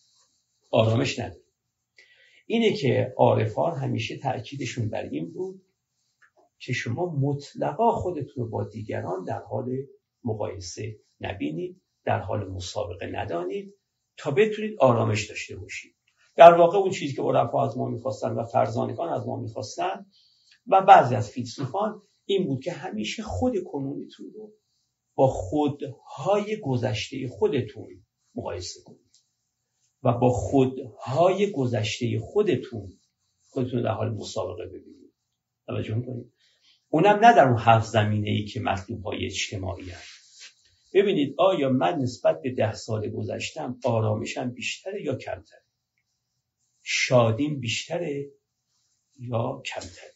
آرامش نداره. اینه که عارفان همیشه تأکیدشون بر این بود که شما مطلقا خودتون رو با دیگران در حال مقایسه نبینید، در حال مسابقه ندانید تا بتونید آرامش داشته باشید. در واقع اون چیزی که عرفا از ما میخواستن و فرزانگان از ما میخواستن و بعضی از فیلسوفان این بود که همیشه خود کنونیتون رو با خودهای گذشته خودتون مقایسه کنید و با خودهای گذشته خودتون خودتون در حال مسابقه ببینید. توجه می‌کنید؟ اونم نه در اون هفت زمینه‌ای که مطلوب‌های اجتماعی هست. ببینید آیا من نسبت به ده سال گذشتم آرامشم بیشتره یا کمتره؟ شادیم بیشتره یا کمتره؟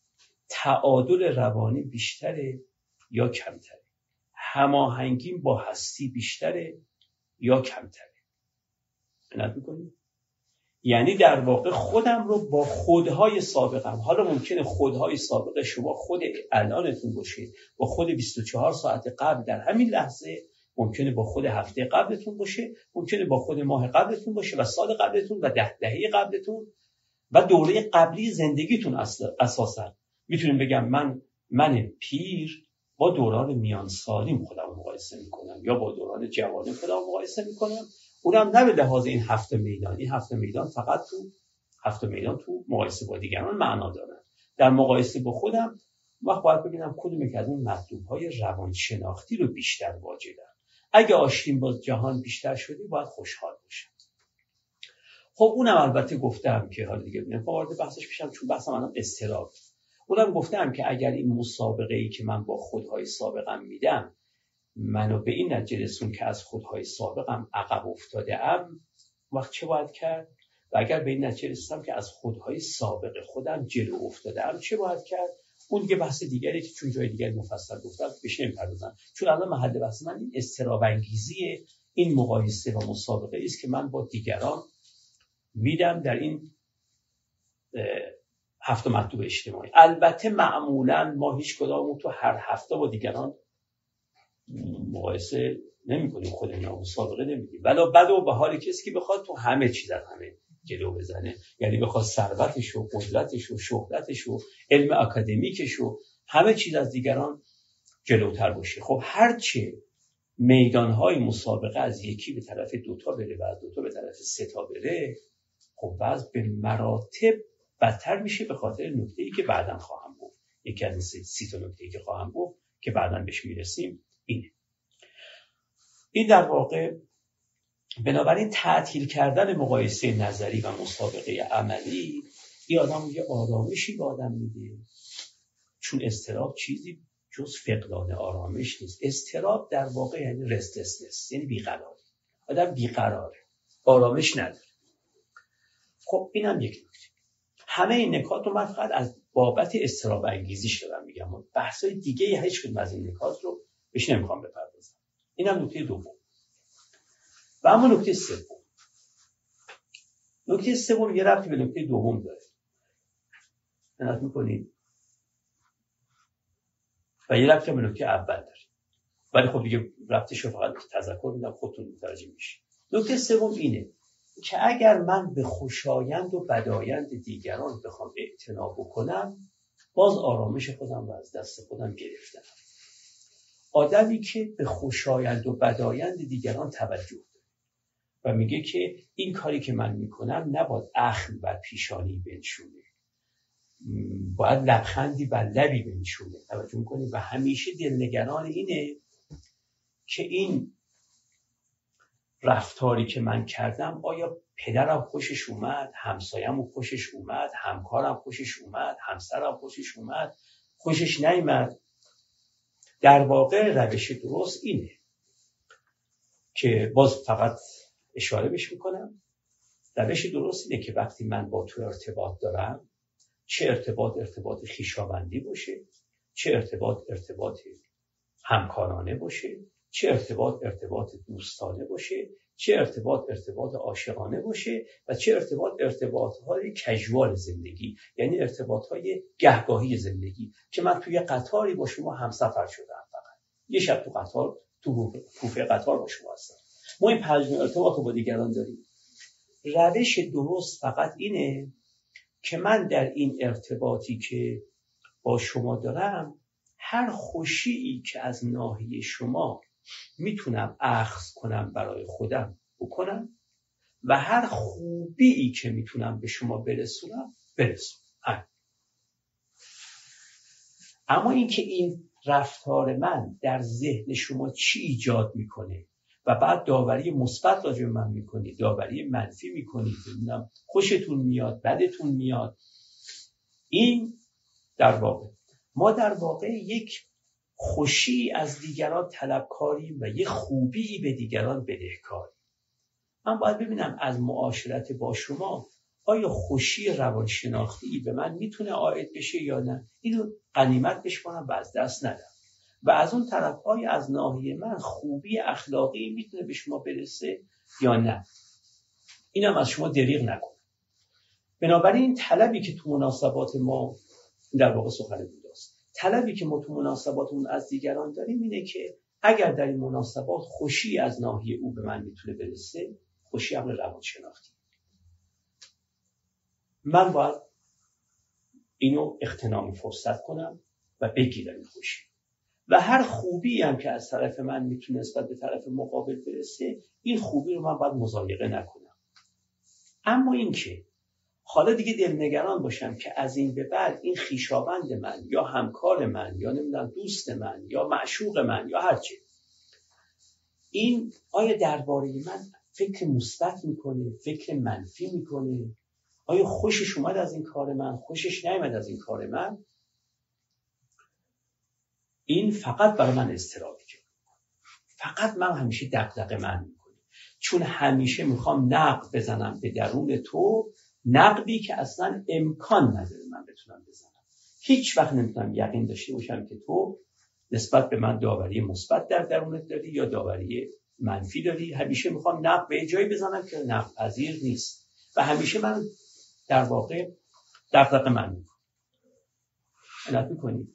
تعادل روانی بیشتره یا کمتره؟ هماهنگیم با هستی بیشتره یا کمتره؟ عنایت می‌کنید؟ یعنی در واقع خودم رو با خودهای سابقم، حالا ممکنه خودهای سابقه شما خود الانتون باشه، با خود بیست و چهار ساعت قبل در همین لحظه، ممکنه با خود هفته قبلتون باشه، ممکنه با خود ماه قبلتون باشه و سال قبلتون و ده دهه قبلتون و دوره قبلی زندگیتون اساسا. میتونیم بگم من من پیر با دوران میان سالیم خودم مقایسه میکنم یا با دوران جوانی خودم مقایسه میکنم، اونم نه به لحاظ این هفت میدان. این هفت میدان فقط تو هفت میدان تو مقایسه با دیگران معنا دارن. در مقایسه با خودم وقت باید ببینم کدوم یک از اون مطلوب‌های روانشناختی رو بیشتر واجدم. اگه آشتیم با جهان بیشتر شدی باید خوشحال باشم. خب اونم البته گفتم که حالا دیگه نمیخوام وارد بحثش بشم چون بحثم الان اضطراب. اونم گفتم که اگر این مسابقه‌ای که من با خودهای سابقم میدم منو به این نتیجه رسون که از خودهای سابقم عقب افتاده ام، وقت چه باید کرد؟ و اگر به این نتیجه رسیدم که از خودهای سابق خودم جلو افتاده ام، چه باید کرد؟ اون دیگه بحث دیگری که چون جای دیگری مفصل گفتم بهش نمی‌پردازم، چون الان محل بحث من این اضطراب انگیزی این مقایسه و مسابقه است که من با دیگران میدم در این هفت مطلوب اجتماعی. البته معمولا ما هیچ کدامون تو هر هفته با دیگران مقایسه نمی‌کنیم، خودمون مسابقه نمی‌دیم، ولی بعد و به حال کسی که بخواد تو همه چیز از همه جلو بزنه، یعنی بخواد ثروتش و قدرتش و شهرتش و علم اکادمیکش و همه چیز از دیگران جلوتر باشه. خب هرچه میدان‌های مسابقه از یکی به طرف دوتا بره و از دوتا به طرف سه تا بره، خب وضع به مراتب بدتر میشه به خاطر نکته‌ای که بعداً خواهم گفت. یکی از سی تا نکته‌ای که خواهم گفت که بعداً بهش میرسیم اینه. این در واقع بنابراین تعطیل کردن مقایسه نظری و مسابقه عملی این آدم یه آرامشی به آدم میده، چون اضطراب چیزی جز فقدان آرامش نیست. اضطراب در واقع یعنی رستلسنس، یعنی بیقراری. آدم بیقراره، آرامش نداره. خب اینم یک نکته. همه این نکات رو من فقط از بابت اضطراب انگیزیش دارم میگم، بحثای دیگه هیچ کدوم از این نکات رو بهش نمیخوام بپردازم. اینم نکته دوم. و اما نکته سوم، نکته سوم یه ربطی به نکته دوم داره، عنایت میکنید، و یه ربطی به نکته اول داره، ولی خب دیگه ربطش رو فقط تذکر میدم خودتون متوجه میشید. نکته سوم اینه که اگر من به خوشایند و بدایند دیگران بخوام اعتنا بکنم، باز آرامش خودم رو از دست خودم گرفتم. آدمی که به خوشایند و بدایند دیگران توجه داره و میگه که این کاری که من میکنم نباید اخم بر پیشانی بنشونه، باید لبخندی بر لبی بنشونه، توجه میکنی، و همیشه دلنگران اینه که این رفتاری که من کردم آیا پدرم خوشش اومد، همسایه‌مو خوشش اومد، همکارم خوشش اومد، همسرم خوشش اومد، خوشش نیامد. در واقع روش درست اینه که باز فقط اشاره بهش میکنم، روش درست اینه که وقتی من با تو ارتباط دارم، چه ارتباط ارتباط خویشاوندی باشه، چه ارتباط ارتباط همکارانه باشه، چه ارتباط ارتباط دوستانه باشه، چه ارتباط ارتباط عاشقانه باشه و چه ارتباط ارتباط‌های کژوال زندگی، یعنی ارتباط‌های گهگاهی زندگی، که من توی قطاری با شما همسفر شدم، فقط یه شب تو قطار، تو کوفه قطار با شما هستم، ما این پنج نوع ارتباط رو با دیگران داریم. روش درست فقط اینه که من در این ارتباطی که با شما دارم، هر خوشی‌ای که از ناحیه شما میتونم اخذ کنم برای خودم بکنم و هر خوبی‌ای که میتونم به شما برسونم برسونم. اما اینکه این رفتار من در ذهن شما چی ایجاد میکنه و بعد داوری مثبت راجع به من میکنید، داوری منفی میکنید، ببینم خوشتون میاد، بدتون میاد، این در واقع ما در واقع یک خوشی از دیگران طلبکاریم و یک خوبی به دیگران بدهکاریم. من باید ببینم از معاشرت با شما آیا خوشی روانشناختی به من میتونه عائد بشه یا نه، اینو غنیمت بشمارم و از دست ندم، و از اون طرف آیا از ناحیه من خوبی اخلاقی میتونه به شما برسه یا نه، اینم از شما دریغ نکنم. بنابراین این طلبی که تو مناسبات ما در واقع سخن بوداست، طلبی که ما تو مناسباتمون از دیگران داریم اینه که اگر در این مناسبات خوشی از ناحیه او به من میتونه برسه، خوشی امر روانشناختی، من باید اینو اغتنام فرصت کنم و بگیرم این خوشی. و هر خوبی هم که از طرف من میتونه نسبت به طرف مقابل برسه، این خوبی رو من باید مضایقه نکنم. اما این که حالا دیگه دلنگران باشم که از این به بعد این خویشاوند من یا همکار من یا نمیدونم دوست من یا معشوق من یا هرچی، این آیا درباره من فکر مثبت میکنه، فکر منفی میکنه، آیا خوشش اومد از این کار من، خوشش نیامد از این کار من، این فقط برای من اضطرابی کرد. فقط من همیشه دغدغه من میکنه، چون همیشه میخوام نقد بزنم به درون تو، نقدی که اصلا امکان نداره من بتونم بزنم. هیچ وقت نمیتونم یقین داشته باشم که تو نسبت به من داوری مثبت در درونت داری یا داوری منفی داری. همیشه میخوام نقد به جایی بزنم که نقد پذیر نیست و همیشه من در واقع دغدغه من میکنم. علت میکنید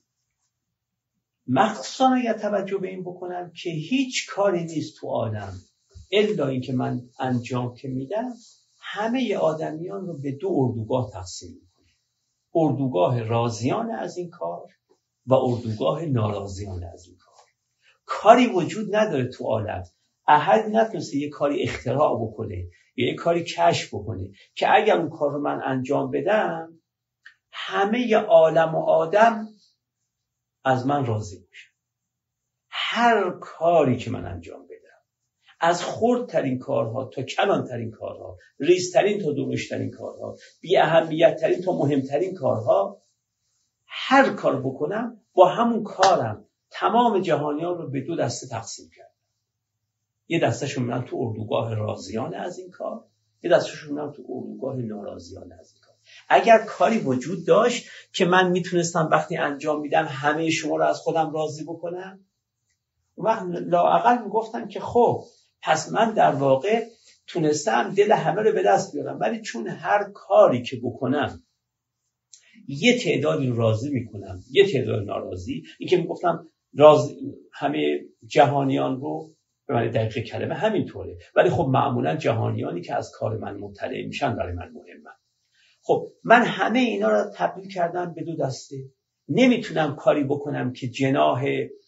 مخصوصا اگر توجه به این بکنم که هیچ کاری نیست تو عالم الا این که من انجام که میدم همه آدمیان رو به دو اردوگاه تقسیم میکنه، اردوگاه راضیان از این کار و اردوگاه ناراضیان از این کار. کاری وجود نداره تو عالم احد نتونسته یه کاری اختراع بکنه یا یه کاری کشف بکنه که اگر اون کار رو من انجام بدم همه عالم و آدم از من راضی باشه. هر کاری که من انجام بدم، از خردترین کارها تا کلانترین کارها، ریزترین تا درشترین کارها، بی اهمیتترین تا مهمترین کارها، هر کار بکنم با همون کارم تمام جهانیان رو به دو دسته تقسیم کردم. یه دستهشون میرن تو اردوگاه راضیان از این کار، یه دستهشون میرن تو اردوگاه ناراضیان از این کار. اگر کاری وجود داشت که من میتونستم وقتی انجام میدم همه شما رو از خودم راضی بکنم، اون وقت لااقل میگفتم که خب پس من در واقع تونستم دل همه رو به دست بیارم. ولی چون هر کاری که بکنم یه تعدادی رو راضی میکنم، یه تعداد ناراضی، این که میگفتم راضی همه جهانیان رو به معنی دقیق کلمه همینطوره، ولی خب معمولا جهانیانی که از کار من مطلع میشن برای من مهمن. خب من همه اینا رو تبدیل کردم به دو دسته. نمیتونم کاری بکنم که جناح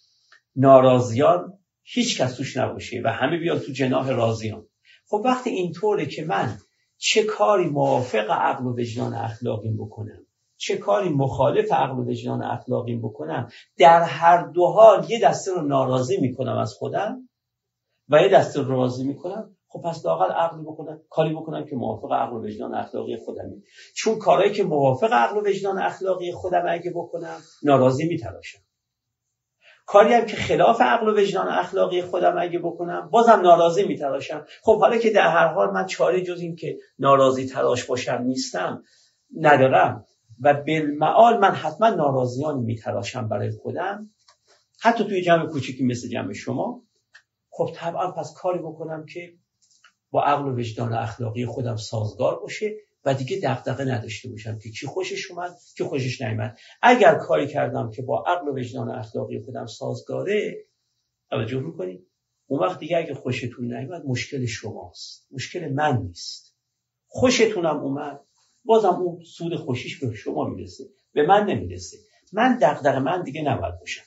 ناراضیان هیچ کس توش نباشه و همه بیان تو جناح راضیان. خب وقتی اینطوره که من چه کاری موافق عقل و وجدان اخلاقیم بکنم، چه کاری مخالف عقل و وجدان اخلاقیم بکنم، در هر دو حال یه دسته رو ناراضی میکنم از خودم و یه دسته رو راضی میکنم. خب پس لااقل عقل بکنم، کاری بکنم که موافق عقل و وجدان اخلاقی خودمه. چون کارهایی که موافق عقل و وجدان اخلاقی خودم اگه بکنم ناراضی میتراشم، کاری هم که خلاف عقل و وجدان اخلاقی خودم اگه بکنم بازم ناراضی میتراشم. خب حالا که در هر حال من چاره جز این که ناراضی تراش باشم نیستم ندارم و بالمعال من حتما ناراضیان میتراشم برای خودم، حتی توی جمع کوچیکی مثل جمع شما. خب طبعا پس کاری بکنم که با عقل و وجدان اخلاقی خودم سازگار باشه و دیگه دغدغه نداشته باشم که کی خوشش اومد کی خوشش نیامد. اگر کاری کردم که با عقل و وجدان اخلاقی خودم سازگاره، توجه میکنید، اون وقت دیگه اگه خوشتون نیامد مشکل شماست، مشکل من نیست. خوشتونم اومد بازم اون سود خوشیش به شما میرسه، به من نمیرسه. من دغدغه من دیگه نباید باشم.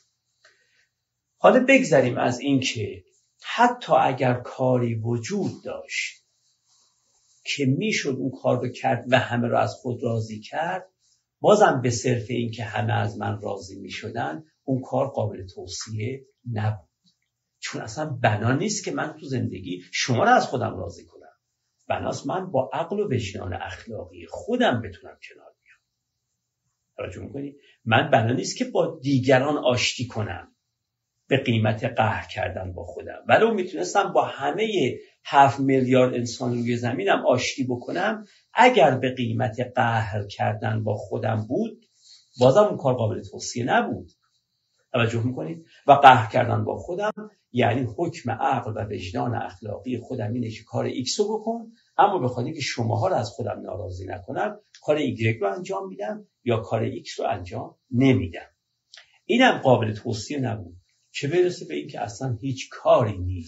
حالا بگذریم از این که حتی اگر کاری وجود داشت که میشد اون کار رو کرد و همه رو از خود راضی کرد، بازم به صرف این که همه از من راضی میشدن اون کار قابل توصیه نبود. چون اصلا بنا نیست که من تو زندگی شما رو از خودم راضی کنم، بناست من با عقل و وجدان اخلاقی خودم بتونم کنار بیام. توجه میکنی؟ من بنا نیست که با دیگران آشتی کنم به قیمت قهر کردن با خودم، ولو میتونستم با همه هفت میلیارد انسان روی زمینم آشتی بکنم، اگر به قیمت قهر کردن با خودم بود بازم اون کار قابل توصیه نبود. توجه میکنید؟ و قهر کردن با خودم یعنی حکم عقل و وجدان اخلاقی خودم اینه که کار ایکس رو بکن، اما بخواد که شماها رو از خودم ناراضی نکنم کار ایگرگ رو انجام میدم یا کار ایکس رو انجام نمیدم. اینم قابل توصیه نبود، چه برسه به این که اصلا هیچ کاری نیست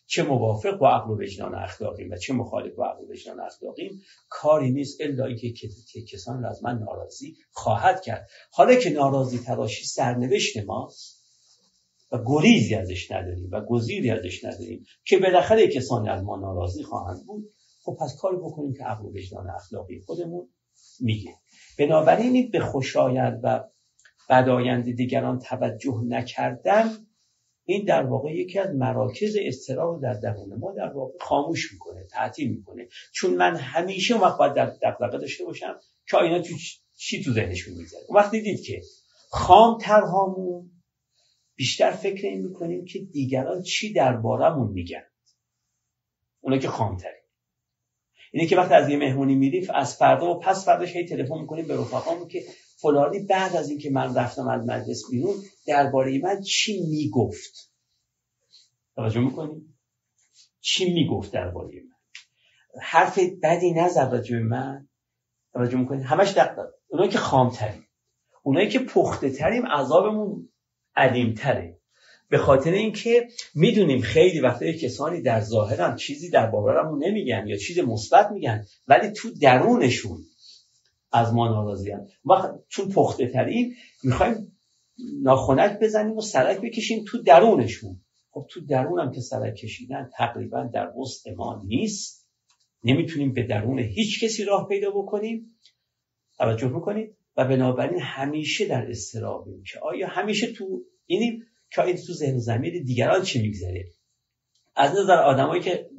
چه موافق با عقل و وجدان اخلاقیم و چه مخالف با عقل و وجدان اخلاقیم، کاری نیست الا اینکه که کسان را از من ناراضی خواهد کرد. حالا که ناراضی تراشی سرنوشت ماست و گریزی ازش نداریم و گزیری ازش نداریم که بالاخره کسانی از ما ناراضی خواهند بود، خب پس کاری بکنیم که عقل و وجدان اخلاقی خودمون میگه. بنابراین به خوشایند و بدایند دیگران توجه نکردن، این در واقع یکی از مراکز اضطراب در درون ما در واقع خاموش میکنه، تعطیل میکنه. چون من همیشه اون وقت باید در دغدغه داشته باشم که اینا تو چی تو ذهنشون میگذره. اون وقت دیدید که خامترهامون بیشتر فکر این میکنیم که دیگران چی دربارمون میگن، اونا که خامتره. اینه که وقتی از یه مهمونی میریم از فردا و پس فرداش هی تلفن میکنیم به رفقامون که فلانی بعد از اینکه من رفتم از مجلس بیرون درباره من چی میگفت. توجه میکنیم؟ چی میگفت درباره من؟ حرف بدی نزد راجع به من. توجه میکنیم؟ همش دغدغه. اونایی که خامتریم، اونایی که پخته تریم، عذابمون علیم‌تره. به خاطر اینکه میدونیم خیلی وقتا کسانی در ظاهرن چیزی در باورمون نمیگن یا چیز مثبت میگن، ولی تو درونشون از ما ناراضی‌اند. وقت چون پخته تریم میخوایم ناخنک بزنیم و سرک بکشیم تو درونشون. خب تو درونم که سرک کشیدن تقریبا در وسط ما نیست، نمیتونیم به درون هیچ کسی راه پیدا بکنیم. توجه میکنید؟ و بنابراین همیشه در اضطرابیم که آیا همیشه تو اینیم که این تو ذهن و ضمیر دیگران چی میگذره. از نظر آدمایی که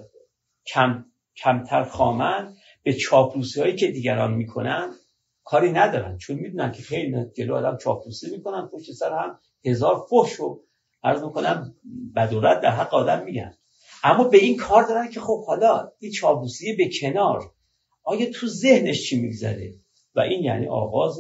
کم کمتر خامن به چاپلوسی‌هایی که دیگران میکنن کاری ندارن، چون میدونن که خیلی جلو آدم چاپلوسی میکنن، پشت سر هم هزار فحش و عرض میکنم بدولت در حق آدم میگن. اما به این کار دارن که خب حالا این چاپلوسی به کنار، آیا تو ذهنش چی میگذره. و این یعنی آغاز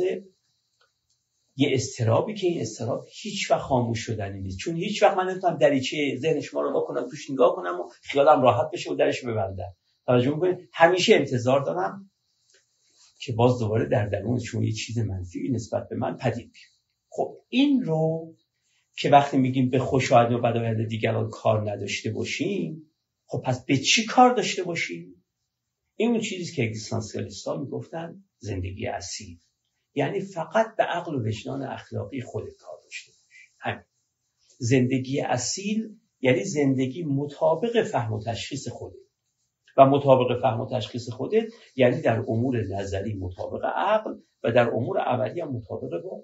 یه اضطرابی که این اضطراب هیچ وقت خاموش شدنی نیست. چون هیچ وقت من نمیتونم دریچه ذهن شما رو بکنم توش نگاه کنم و خیالم راحت بشه و درش ببندم. توجه میکنید؟ همیشه انتظار دارم که باز دوباره در درون شما یه چیز منفی نسبت به من پدید بیاد. خب این رو که وقتی میگیم به خوشایند و بدایند دیگران کار نداشته باشیم، خب پس به چی کار داشته باشیم؟ این اون چیزی که اگزیستانسیالیست‌ها میگفتن زندگی اصیل، یعنی فقط به عقل و وجدان اخلاقی خودت کار داشته باش. همین زندگی اصیل یعنی زندگی مطابق فهم و تشخیص خودت، و مطابق فهم و تشخیص خودت یعنی در امور نظری مطابق عقل و در امور عملی هم مطابق با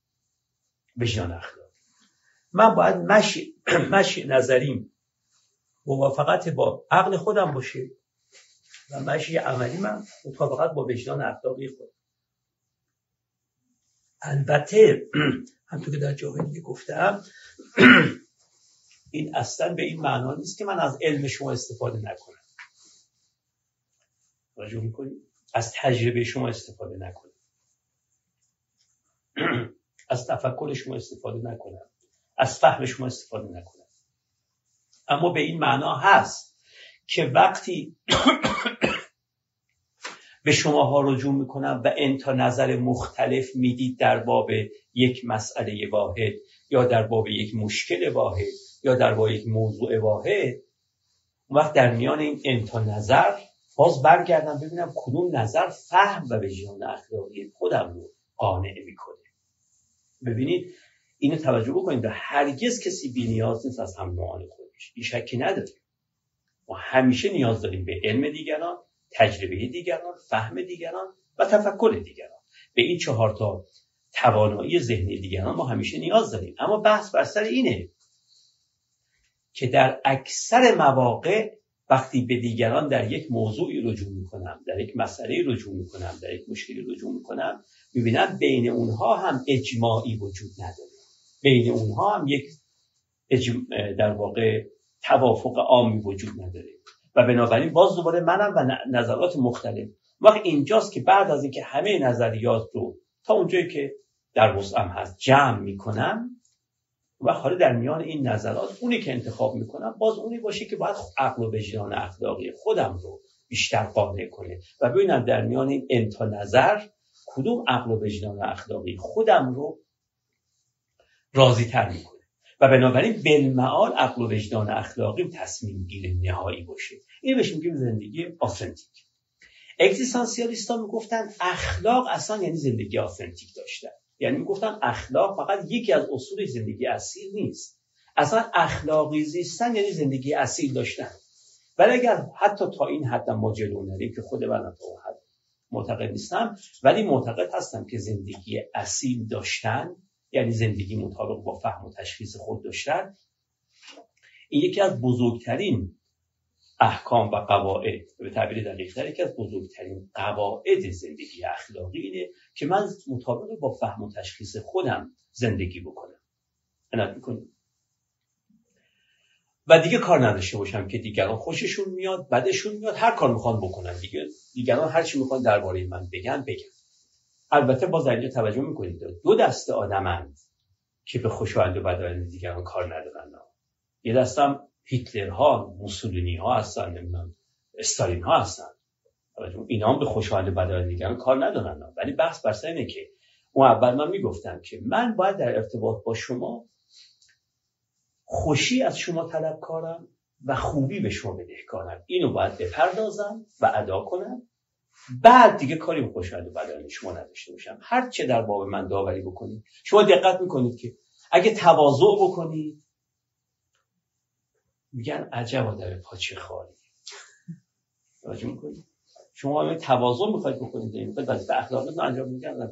وجدان اخلاقی. من باید مشی مشی نظریم موافقت با عقل خودم باشه و مشی عملی من مطابقت با وجدان اخلاقی خودم. البته همونطور که در جاهای دیگه گفتم این اصلا به این معنا نیست که من از علم شما استفاده نکنم. توجه می‌کنید؟ از تجربه شما استفاده نکنم. از تفکر شما استفاده نکنم. از فهم شما استفاده نکنم. اما به این معنا هست که وقتی به شماها رجوع میکنم و انتا نظر مختلف میدید در باب یک مسئله واحد یا در باب یک مشکل واحد یا در باب یک موضوع واحد، اون وقت در میان این انتا نظر باز برگردم ببینم کدوم نظر فهم و وجدان اخلاقی خودم رو قانع میکنه. ببینید اینو توجه بکنید، هرگز کسی بی نیاز نیست از هم نوعان خودش، این شکی نداریم. ما همیشه نیاز داریم به علم دیگران، تجربه دیگران، فهم دیگران و تفکر دیگران. به این چهار تا توانایی ذهنی دیگران ما همیشه نیاز داریم. اما بحث بر سر اینه که در اکثر مواقع وقتی به دیگران در یک موضوعی رجوع میکنم، در یک مسئله رجوع میکنم، در یک مشکلی رجوع میکنم، میبینم بین اونها هم اجماعی وجود نداره. بین اونها هم یک اجم... در واقع توافق عامی وجود نداره. و بنابراین باز دوباره منم و نظرات مختلف. وقت اینجاست که بعد از اینکه همه نظریات رو تا اونجایی که در وسعم هست جمع میکنم و حالا در میان این نظرات اونی که انتخاب میکنم باز اونی باشه که باید عقل و وجدان اخلاقی خودم رو بیشتر قانع کنه و ببینم در میان این انتا نظر کدوم عقل و وجدان اخلاقی خودم رو راضی تر میکنه. و بنابراین بالمعال عقل و وجدان اخلاقی تصمیم گیر نهایی باشه. این بهش میگیم زندگی آثنتیک. اگزیستانسیالیست‌ها میگفتن اخلاق اصلا یعنی زندگی آثنتیک داشتن. یعنی میگفتن اخلاق فقط یکی از اصول زندگی اصیل نیست. اصلا اخلاقی زیستن یعنی زندگی اصیل داشتن. ولی اگر حتی تا این حد ما جلو نریم که خود من تا اون حد معتقد نیستم، ولی معتقد هستم که زندگی اصیل داشتن یعنی زندگی مطابق با فهم و تشخیص خود داشتن، این یکی از بزرگترین احکام و قواعد، به تعبیر دقیق‌تر یکی از بزرگترین قواعد زندگی اخلاقی اینه که من مطابق با فهم و تشخیص خودم زندگی بکنم. عنایت می‌کنید؟ و دیگه کار نداشته باشم که دیگران خوششون میاد، بدشون میاد، هر کار میخوان بکنن دیگه. دیگران هر چی میخوان درباره من بگن بگن. البته باز اینجا توجه میکنید دو دسته آدمند که به خوشایند و بدایند دیگران کار ندارن. یه دستم هیتلرها، موسولینی ها هستن، نمیدونم استالین ها هستن. اینا هم به خوشایند و بدایند دیگران کار ندارن. ولی بحث بر سر اینه که اون اول من میگفتم که من باید در ارتباط با شما خوشی از شما طلبکارم و خوبی به شما بدهکارم. اینو باید بپردازم و ادا کنم. بعد دیگه کاری به خوشایند و بدایند شما نداشته باشم. هر چه در باب من داوری بکنید. شما دقت میکنید که اگه تواضع بکنید میگن عجب آدم پاچه خاری. توجه میکنید؟ شما اگه تواضع میخواید بکنید، این میخواید وظیفه اخلاقیتون انجام میدن،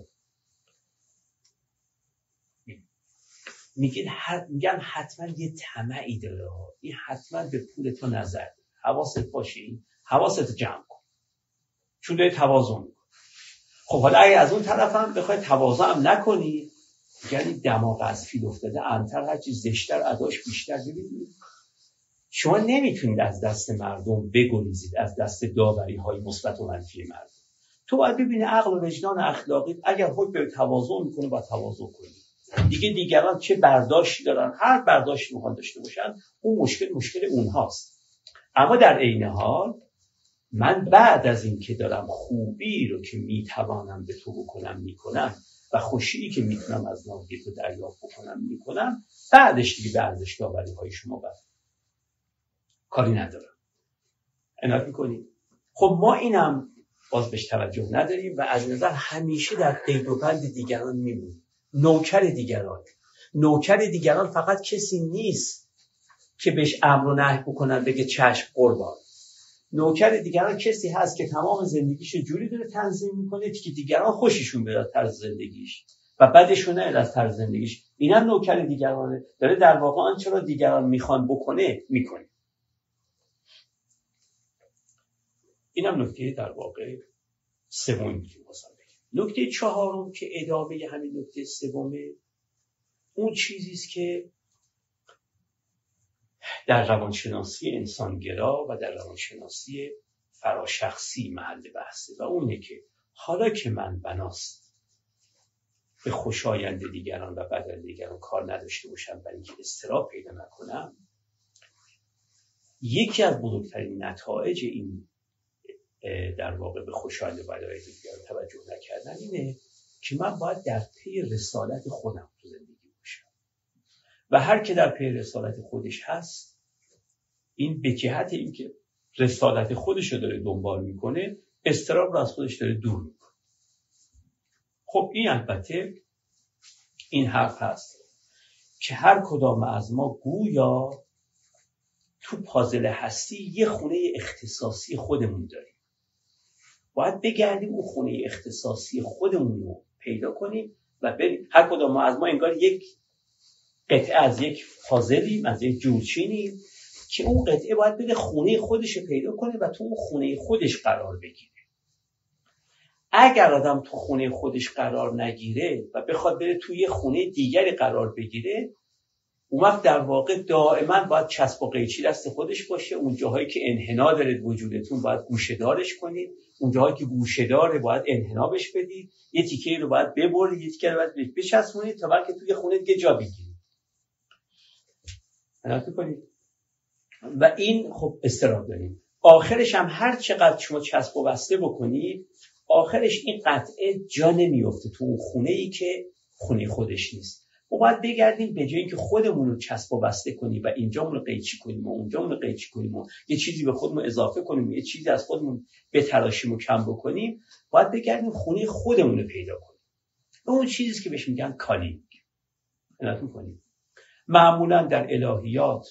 میگن میگن حتما یه طمعی داره، این حتما به پول تو نظر داره. حواست باشه، این حواست جمع کن، چون داری تواضع میکنی. خب حالا اگه از اون طرف هم بخوای تواضع هم نکنی، یعنی دماغ از فیل افتاده، انتر هرچی زشتر اداش بیشتر. ببینید شما نمیتونید از دست مردم بگریزید، از دست داوری های مثبت و منفی مردم. تو باید ببینی عقل و وجدان اخلاقی اگر حکم به تواضع میکنه باید تواضع کنی. دیگه دیگران چه برداشتی دارن، هر برداشتی میخوان داشته باشن، اون مشکل مشکل اونهاست. اما در عین حال من بعد از این که دارم خوبی رو که میتوانم به تو بکنم میکنم و خوشی که میتونم از ناگه تو دریافت بکنم میکنم، بعدش دیگه به ارزش داوری های شما بعد کاری ندارم. عنایت میکنید؟ خب ما اینم باز بهش توجه نداریم و از نظر همیشه در قید و بند دیگران میمونیم. نوکر دیگران. نوکر دیگران فقط کسی نیست که بهش امر و نهی بکنن بگه چشم قربان. نوکر دیگران کسی هست که تمام زندگیش جوری داره تنظیم میکنه که دیگران خوششون بیاد از طرز زندگیش و بدشون نیاد از طرز زندگیش. اینم نوکر دیگرانه، داره در واقع آنچه را دیگران میخوان بکنه میکنه. اینم نکته در واقع سومی میتونیم مثلا بگیم. نکته چهارم که ادامه همین نکته سومه، اون چیزی است که در روانشناسی انسانگرا و در روانشناسی فراشخصی محل بحثه و اونه که حالا که من بناست به خوشایند دیگران و بدایند دیگران کار نداشته باشم برای اینکه اضطراب پیدا نکنم، یکی از بزرگترین نتایج این در واقع به خوشایند و بدایند دیگران توجه نکردن اینه که من باید در پی رسالت خودم تو زندگی باشم و هر که در پی رسالت خودش هست، این به جهت این که رسالت خودش رو داره دنبال میکنه، اضطراب رو از خودش داره دور میکنه. خب این البته این حرف هست که هر کدام از ما گویا تو پازل هستی یه خونه اختصاصی خودمون داریم. باید بگردیم اون خونه اختصاصی خودمون رو پیدا کنیم و بریم. هر کدام ما از ما انگار یک قطعه از یک پازلیم، از یک جورچینیم که اون قطعه باید بده خونه خودش رو پیدا کنه و تو اون خونه خودش قرار بگیره. اگر آدم تو خونه خودش قرار نگیره و بخواد بره توی یه خونه دیگری قرار بگیره، اون وقت در واقع دائما باید چسب و قیچی دست خودش باشه. اون جاهایی که انحنا داره وجودتون باید گوشه‌دارش کنید، اون جاهایی که گوشه داره باید انحنا بهش بدید، یه تیکه رو باید ببرید، یه تیکه رو باید بچسبونید تا بلکه توی خونه دیگه جا بگیرید. حالت کنید. و این خب اضطراب داریم. آخرش هم هر چقدر شما چسب و بسته بکنید، آخرش این قطعه جا نمیفته تو اون خونه‌ای که خونه خودش نیست. ما باید بگردیم به جای اینکه خودمون رو چسب و بسته کنیم و اینجامون رو قیچی کنیم و اونجامون رو قیچی کنیم و یه چیزی به خودمون اضافه کنیم، یه چیزی از خودمون بتراشیم و کم بکنیم، باید بگردیم خونه خودمون رو پیدا کنیم. اون چیزی که بهش میگن کالینگ. عنایت می‌کنیم. معمولا در الهیات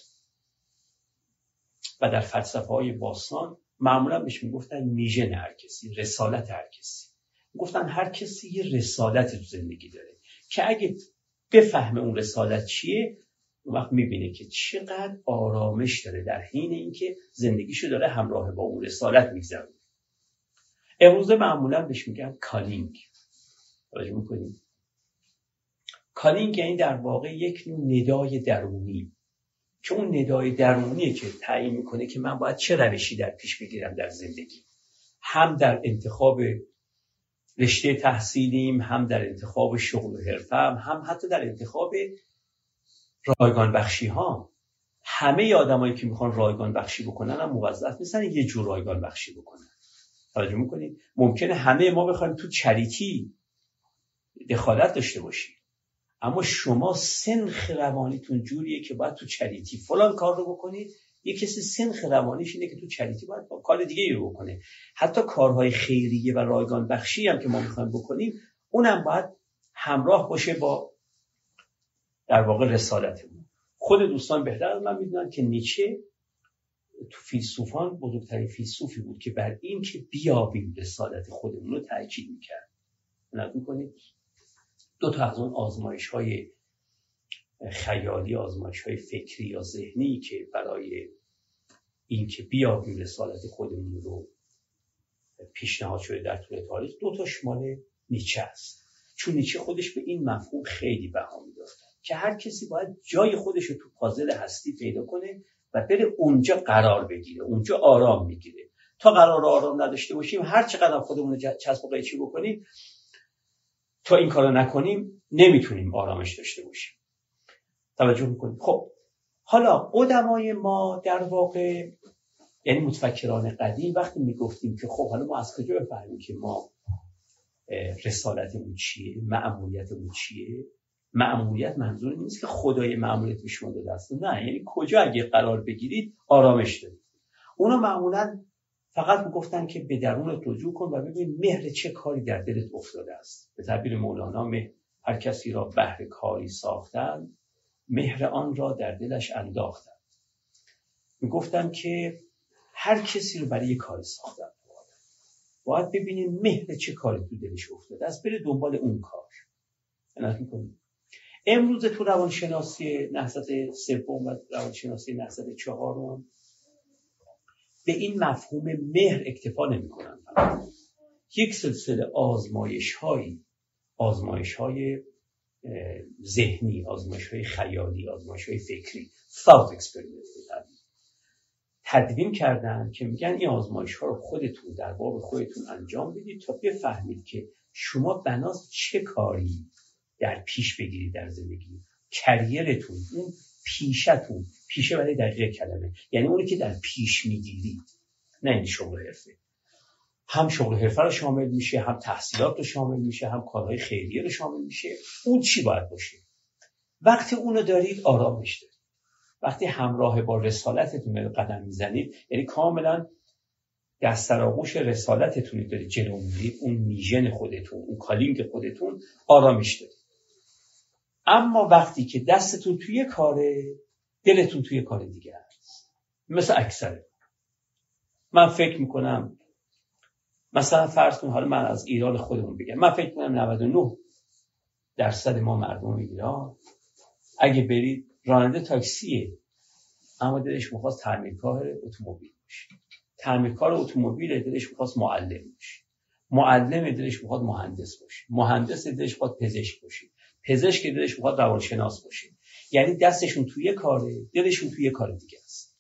و در فلسفه‌های باستان معمولا بهش میگفتن میژن هر کسی، رسالت هر کسی. گفتن هر کسی یه رسالت تو زندگی داره که اگه بفهمه اون رسالت چیه، اون وقت میبینه که چقدر آرامش داره در حین اینکه زندگیشو داره همراه با اون رسالت میگذرونه. امروز معمولا بهش میگن کالینگ. توجه میکنید؟ کالینگ یعنی در واقع یک نوع ندای درونی، که اون ندای درونیه که تعیین میکنه که من باید چه روشی در پیش بگیرم در زندگی، هم در انتخاب رشته تحصیلیم، هم در انتخاب شغل و حرفم، هم حتی در انتخاب رایگان بخشی ها. همه آدمایی که میخوان رایگان بخشی بکنن هم موظف نیستن یه جور رایگان بخشی بکنن. توجه میکنید؟ ممکنه همه ما بخوایم تو چریتی دخالت داشته باشیم، اما شما سنخ روانیتون جوریه که باید تو چریتی فلان کار رو بکنید. یه کسی سنخ روانیش اینه که تو چریتی باید با کار دیگه رو بکنه. حتی کارهای خیریه و رایگان بخشی هم که ما میخوایم بکنیم، اونم باید همراه باشه با در واقع رسالتمون. خود دوستان بهتر از من میدونن که نیچه تو فیلسوفان بزرگترین فیلسوفی بود که بر این که بیابیم رسالت خودمون رو تاکید میکرد. نگاه میکنید دو تا از اون آزمایش‌های خیالی، آزمایش‌های فکری یا ذهنی که برای این که بیابیم رسالت خودمون رو پیشنهاد شده در طول تاریخ، دو تاش مال نیچه است. چون نیچه خودش به این مفهوم خیلی بها می‌داد که هر کسی باید جای خودش رو تو پازل هستی پیدا کنه و بره اونجا قرار بگیره، اونجا آرام میگیره. تا قرار آرام نداشته باشیم، هر چقدر خودمون رو چسب و قیچی بکنیم، تا این کارو نکنیم نمیتونیم آرامش داشته باشیم. توجه میکنیم؟ خب حالا قدمای ما در واقع، یعنی متفکران قدیم، وقتی میگفتیم که خب حالا ما از کجا بفهمیم که ما رسالتمون چیه، مأموریتمون چیه؟ مأموریت منظور نیست که خدای مأموریت به شما داده است، نه، یعنی کجا اگه قرار بگیرید آرامش دارید. اونا معمولا فقط میگفتن که به درونت رجوع کن و ببین مهر چه کاری در دلت افتاده است. به تعبیر مولانا، مهر هر کسی را بهر کاری ساختن، مهر آن را در دلش انداختن. میگفتن که هر کسی رو برای کاری ساختن، باید ببینیم مهر چه کاری تو دلش افتاده است، بره دنبال اون کار. نگاه می‌کنید؟ امروز تو روانشناسی نهضت سوم و روانشناسی نهضت چهارم به این مفهوم مهر اکتفا نمی‌کنن. یک سلسله آزمایش‌های آزمایش‌های ذهنی، آزمایش‌های خیالی، آزمایش‌های فکری، thought experiment تدوین کردن که میگن این آزمایش‌ها رو خودتون در باب خودتون انجام بدید تا بفهمید که شما بناس چه کاری در پیش بگیرید در زندگی. کریرتون، اون پیشتون، پیشه برای دقیقه کلمه، یعنی اونی که در پیش میگیرید، نه این شغل حرفه. هم شغل حرفه رو شامل میشه، هم تحصیلات رو شامل میشه، هم کارهای خیریه رو شامل میشه. اون چی باید باشه؟ وقتی اونو دارید آرامش دارید. وقتی همراه با رسالتتون قدم میزنید، یعنی کاملا دست در آغوش رسالتتون دارید جلو میرید، اون میژن خودتون، اون کالینگ خودتون، آرامش دارید. اما وقتی که دستتون توی کاره، دلتون توی کار دیگه هست. مثل اکثره. من فکر میکنم مثلا فرض کن، حالا من از ایران خودمون بگم، من فکر میکنم نود و نه درصد ما مردم ایران اگه برید راننده تاکسیه، اما دلش میخواست تعمیرکار اتومبیل باشه، تعمیرکار اتومبیل دلش میخواست معلم باشه، معلم دلش میخواد مهندس باشه، مهندس دلش میخواد پزشک باشه، پزشک دلش میخواد روانشناس باشه. یعنی دستشون توی کاره، دلشون توی کار دیگه است.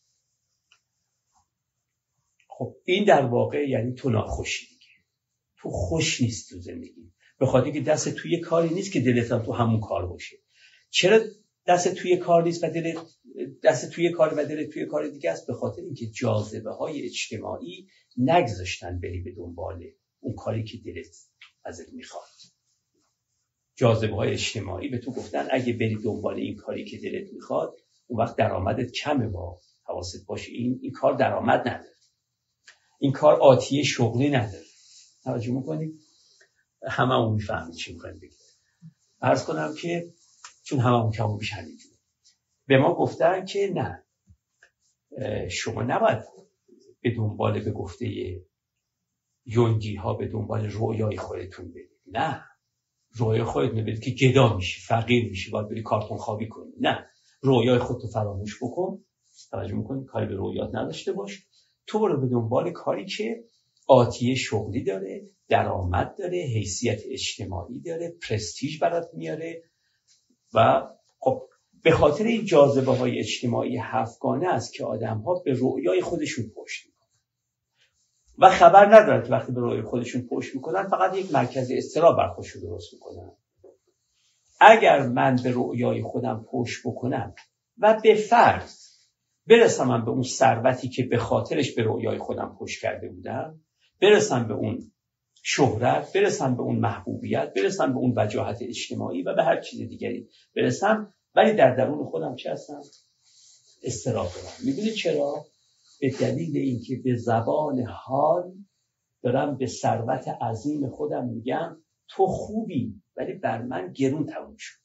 خب این در واقع یعنی تو ناخوشی دیگه، تو خوش نیست تو زندگی، به خاطر که دست توی کاری نیست که دلت هم تو همون کار باشه. چرا دست توی کار نیست و دل دست توی کار و دل توی کار دیگه است؟ به خاطر اینکه جاذبه های اجتماعی نگذاشتن بری به دنبال اون کاری که دلت ازت میخواد. جاذبه های اجتماعی به تو گفتن اگه بری دنبال این کاری که دلت میخواد اون وقت درآمدت کمه، با حواست باشه این این کار درآمد نداره، این کار آتیه شغلی نداره. توجه میکنید؟ هممون میفهمیم چی میخوایم بگیم. عرض کنم که چون هممون کمو بیش همینجوره به ما گفتن که نه، شما نباید به دنبال به گفته یونگی ها به دنبال رویای خودتون برید. نه، رویای خودتون برید که گدا میشی، فقیر میشی، باید بری کارتون خوابی کنی. نه، رویای خودتو فراموش بکن، توجه میکنی کاری به رویات نداشته باش، تو برو به دنبال کاری که آتیه شغلی داره، درآمد داره، حیثیت اجتماعی داره، پرستیژ برات میاره. و خب به خاطر این جاذبه های اجتماعی هفتگانه است که آدم ها به رویای خودشون پشت میکنن و خبر ندارن که وقتی به رویای خودشون پشت میکنن فقط یک مرکز اضطراب بر خودشون درست میکنن. اگر من به رویای خودم پشت بکنم و به فرض برسم من به اون ثروتی که به خاطرش به رویای خودم پشت کرده بودم، برسم به اون شهرت، برسم به اون محبوبیت، برسم به اون وجاهت اجتماعی و به هر چیز دیگری برسم، ولی در درون خودم چه هستم؟ اضطراب دارم. می‌دونید چرا؟ به دلیل اینکه به زبان حال دارم به ثروت عظیم خودم میگم تو خوبی ولی بر من گرون تموم شد.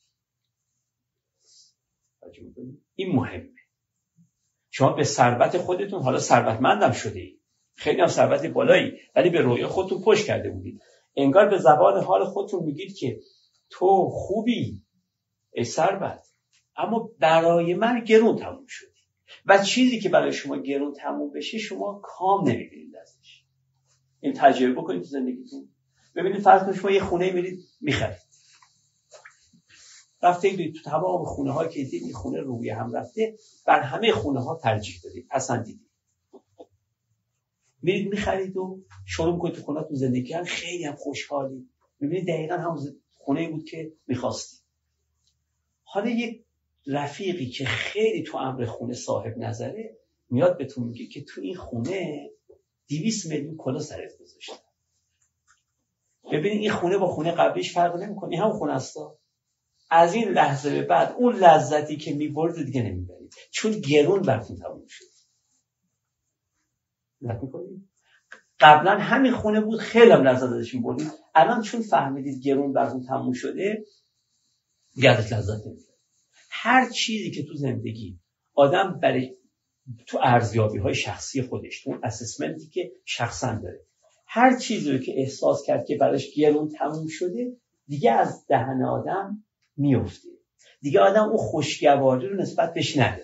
این مهمه. شما به ثروت خودتون حالا ثروتمندم شده اید، خیلی هم ثروت بالایی، ولی به روی خودتون پشت کرده بودید. انگار به زبان حال خودتون میگید که تو خوبی ای ثروت، اما برای من گرون تموم شدی و چیزی که برای شما گرون تموم بشه شما کام نمیبینید ازش. این تجربه بکنید تو زندگیتون. ببینید فرض کنید شما یه خونه میرید میخرید، رفته تو تمام خونه ها که دیدید این خونه روی هم رفته، بر همه خونه ها ترجیح دادید، پسندیدید، میرید میخرید و شروع میکنید تو خونه تو زندگی کردن، خیلی هم خوشحالی، میبینید دقیقا همون خونه بود که میخواستید. حالا یک رفیقی که خیلی تو امر خونه صاحب نظره میاد بهتون میگه که تو این خونه دویست میلیون کلا سرت گذاشتن. ببینید این خونه با خونه قبلیش فرق نمیکنه، این همون خونه است. از این لحظه به بعد اون لذتی که میبرد دیگه نمیبرید، چون گرون براتون تموم شد. لذت میکنید؟ قبلا همین خونه بود خیلی هم لذت ازش میبردید، الان چون فهمیدید گرون براتون تموم شده دیگه ازش لذت نمیبرید. هر چیزی که تو زندگی آدم برای تو ارزیابی های شخصی خودش، تو اسسمنتی که شخصا داره، هر چیزی رو که احساس کرد که براش گرون تموم شده دیگه از دهن آدم میفته، دیگه آدم اون خوشگواری رو نسبت بهش نداره.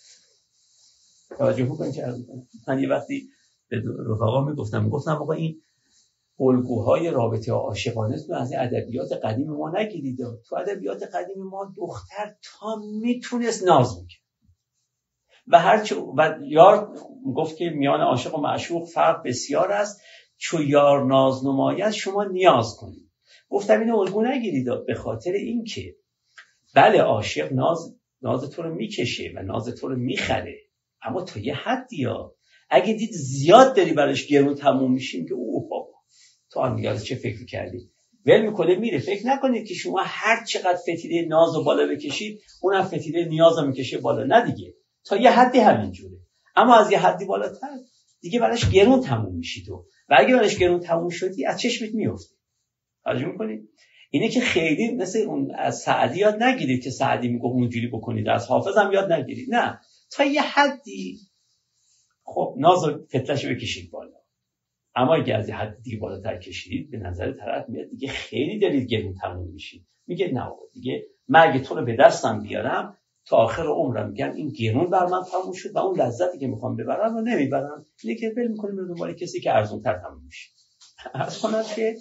توجه کنید چه من یه وقتی به رفقا میگفتم میگفتم آقا این الگوهای رابطه عاشقانه رو از ادبیات قدیم ما نگیرید. تو ادبیات قدیم ما دختر تا میتونست ناز میکرد و هر چه و یار گفت که میان عاشق و معشوق فرق بسیار است، چو یار ناز نماید شما نیاز کنید. گفتم این الگو نگیرید به خاطر اینکه بله عاشق ناز ناز تو رو میکشه و ناز تو رو میخره، اما تا یه حدی ها اگه دید زیاد داری براش گرون تموم میشین که اوه بابا تو هم دیگه چه فکر کردی ول میکنه میره. فکر نکنید که شما هر چقدر فتیله ناز رو بالا بکشید اونم فتیله نیاز رو میکشه بالا، نه دیگه تا یه حدی همینجوره، اما از یه حدی بالاتر دیگه براش گرون تموم میشی تو، و اگه براش گرون تموم شدی از چشمت میفته. توجه میکنید؟ اینه که خیلی مثل اون از سعدی یاد نگیرید که سعدی میگه اونجوری بکنید، از حافظ هم یاد نگیرید، نه تا یه حدی خب ناز و فتلش بکشید بالا، اما اگه از یه حد دیگه بالاتر کشید به نظر طرف میاد دیگه خیلی دارید گرون تموم میشید، میگه نه دیگه من اگه تو رو به دستم بیارم تا آخر عمرم میگم این گرون بر من تموم شد و اون لذتی که میخوام ببرم رو نمیبرم، اینه که ول میکنیم رو دنبال کسی که ارزان‌تر تموم میشه. عرض کنم که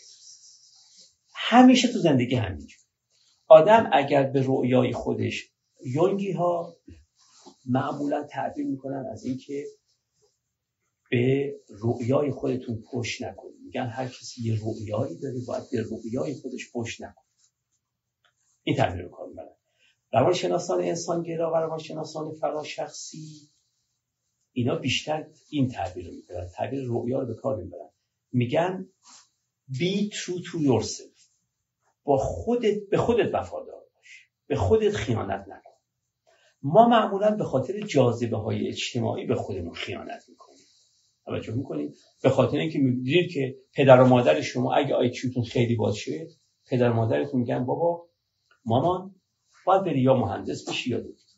همیشه تو زندگی همینجور آدم اگر به رؤیای خودش، یونگی ها معمولا تعبیر میکنن از این که به رؤیای خودتون پشت نکنید، میگن هر کسی یه رؤیایی داره باید به رؤیای خودش پشت نکنه. این تعبیر رو کار میبرن روانشناسان انسانگرا و روانشناسان فراشخصی، اینا بیشتر این تعبیر رو میبرن، تعبیر رؤیا رو به کار میبرن، میگن be true to yourself، با خودت به خودت وفادار باش، به خودت خیانت نکن. ما معمولا به خاطر جاذبه های اجتماعی به خودمون خیانت میکنیم. توجه میکنید؟ به خاطر اینکه می‌بینید که پدر و مادر شما اگه آی کیوتون خیلی باشه، پدر و مادرتون میگن بابا مامان باید بری یا مهندس بشی یا دکتر.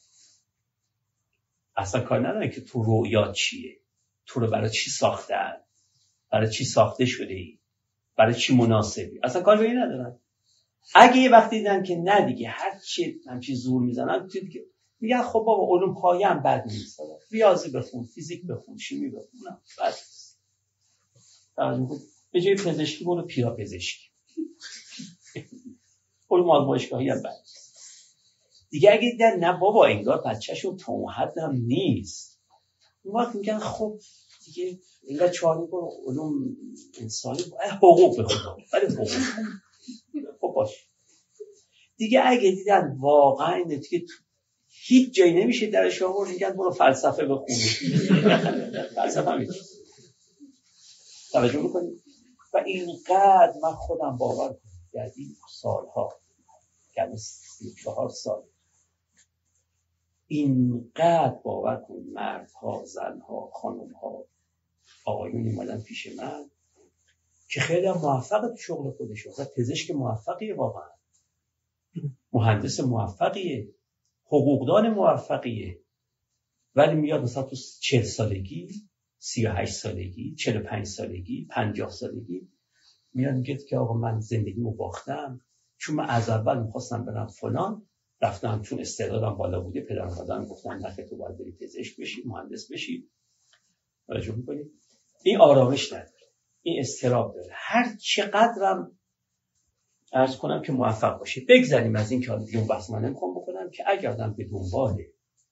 اصلا کار نداره که تو رویا چیه، تو رو برای چی ساختن، برای چی ساخته شده ای، برای چی مناسبی، اصلا کار به این ندارن. اگه یه وقتی دیدن که نه دیگه هر چی همچی زور میزنن دیگه میگن خب بابا علوم پایه هم بد نیست، ریاضی بخون، فیزیک بخون، شیمی بخون، بد نیست. به جای پزشکی برو پیرا پزشکی. علوم آزمایشگاهی هم بد نیست. دیگه اگه دیدن نه بابا انگار بچه‌شون تا اون حد هم نیست، اون وقت میگن خب دیگه انگار چهار برو علوم انسانی حقوق بخون، ولی حقوق خب باشه. دیگه اگه دیدن واقعا دیگه هیچ جایی نمیشه درش آورد، میگن برو فلسفه بخون. فلسفه هم هیچ. توجه میکنید؟ و اینقدر من خودم باور کنم در این سالها، یعنی سی و چهار سال، اینقدر باور کنید مردها، زنها، خانمها، آقایون اومدن پیش من که خیلی هم موفق تو شغل خودش هست. پزشک موفقیه، واقعا مهندس موفقیه، حقوقدان موفقیه، ولی میاد مثلا تو چهل سالگی، سی و هشت سالگی، چهل و پنج سالگی، پنجاه سالگی میاد میگه که آقا من زندگیمو باختم چون من از اول میخواستم برم فلان، رفتم چون استعدادم بالا بوده، پدرم دادن گفتن نه که تو باید بری پزشک بشی، مهندس بشی. توجه می‌کنید؟ این آرامش نداره، این اضطراب داره. هر چقدرم عرض کنم که موفق باشه، بگذاریم از این که حالا دیگه بحث من نمیخوام بکنم که اگر آدم به دنبال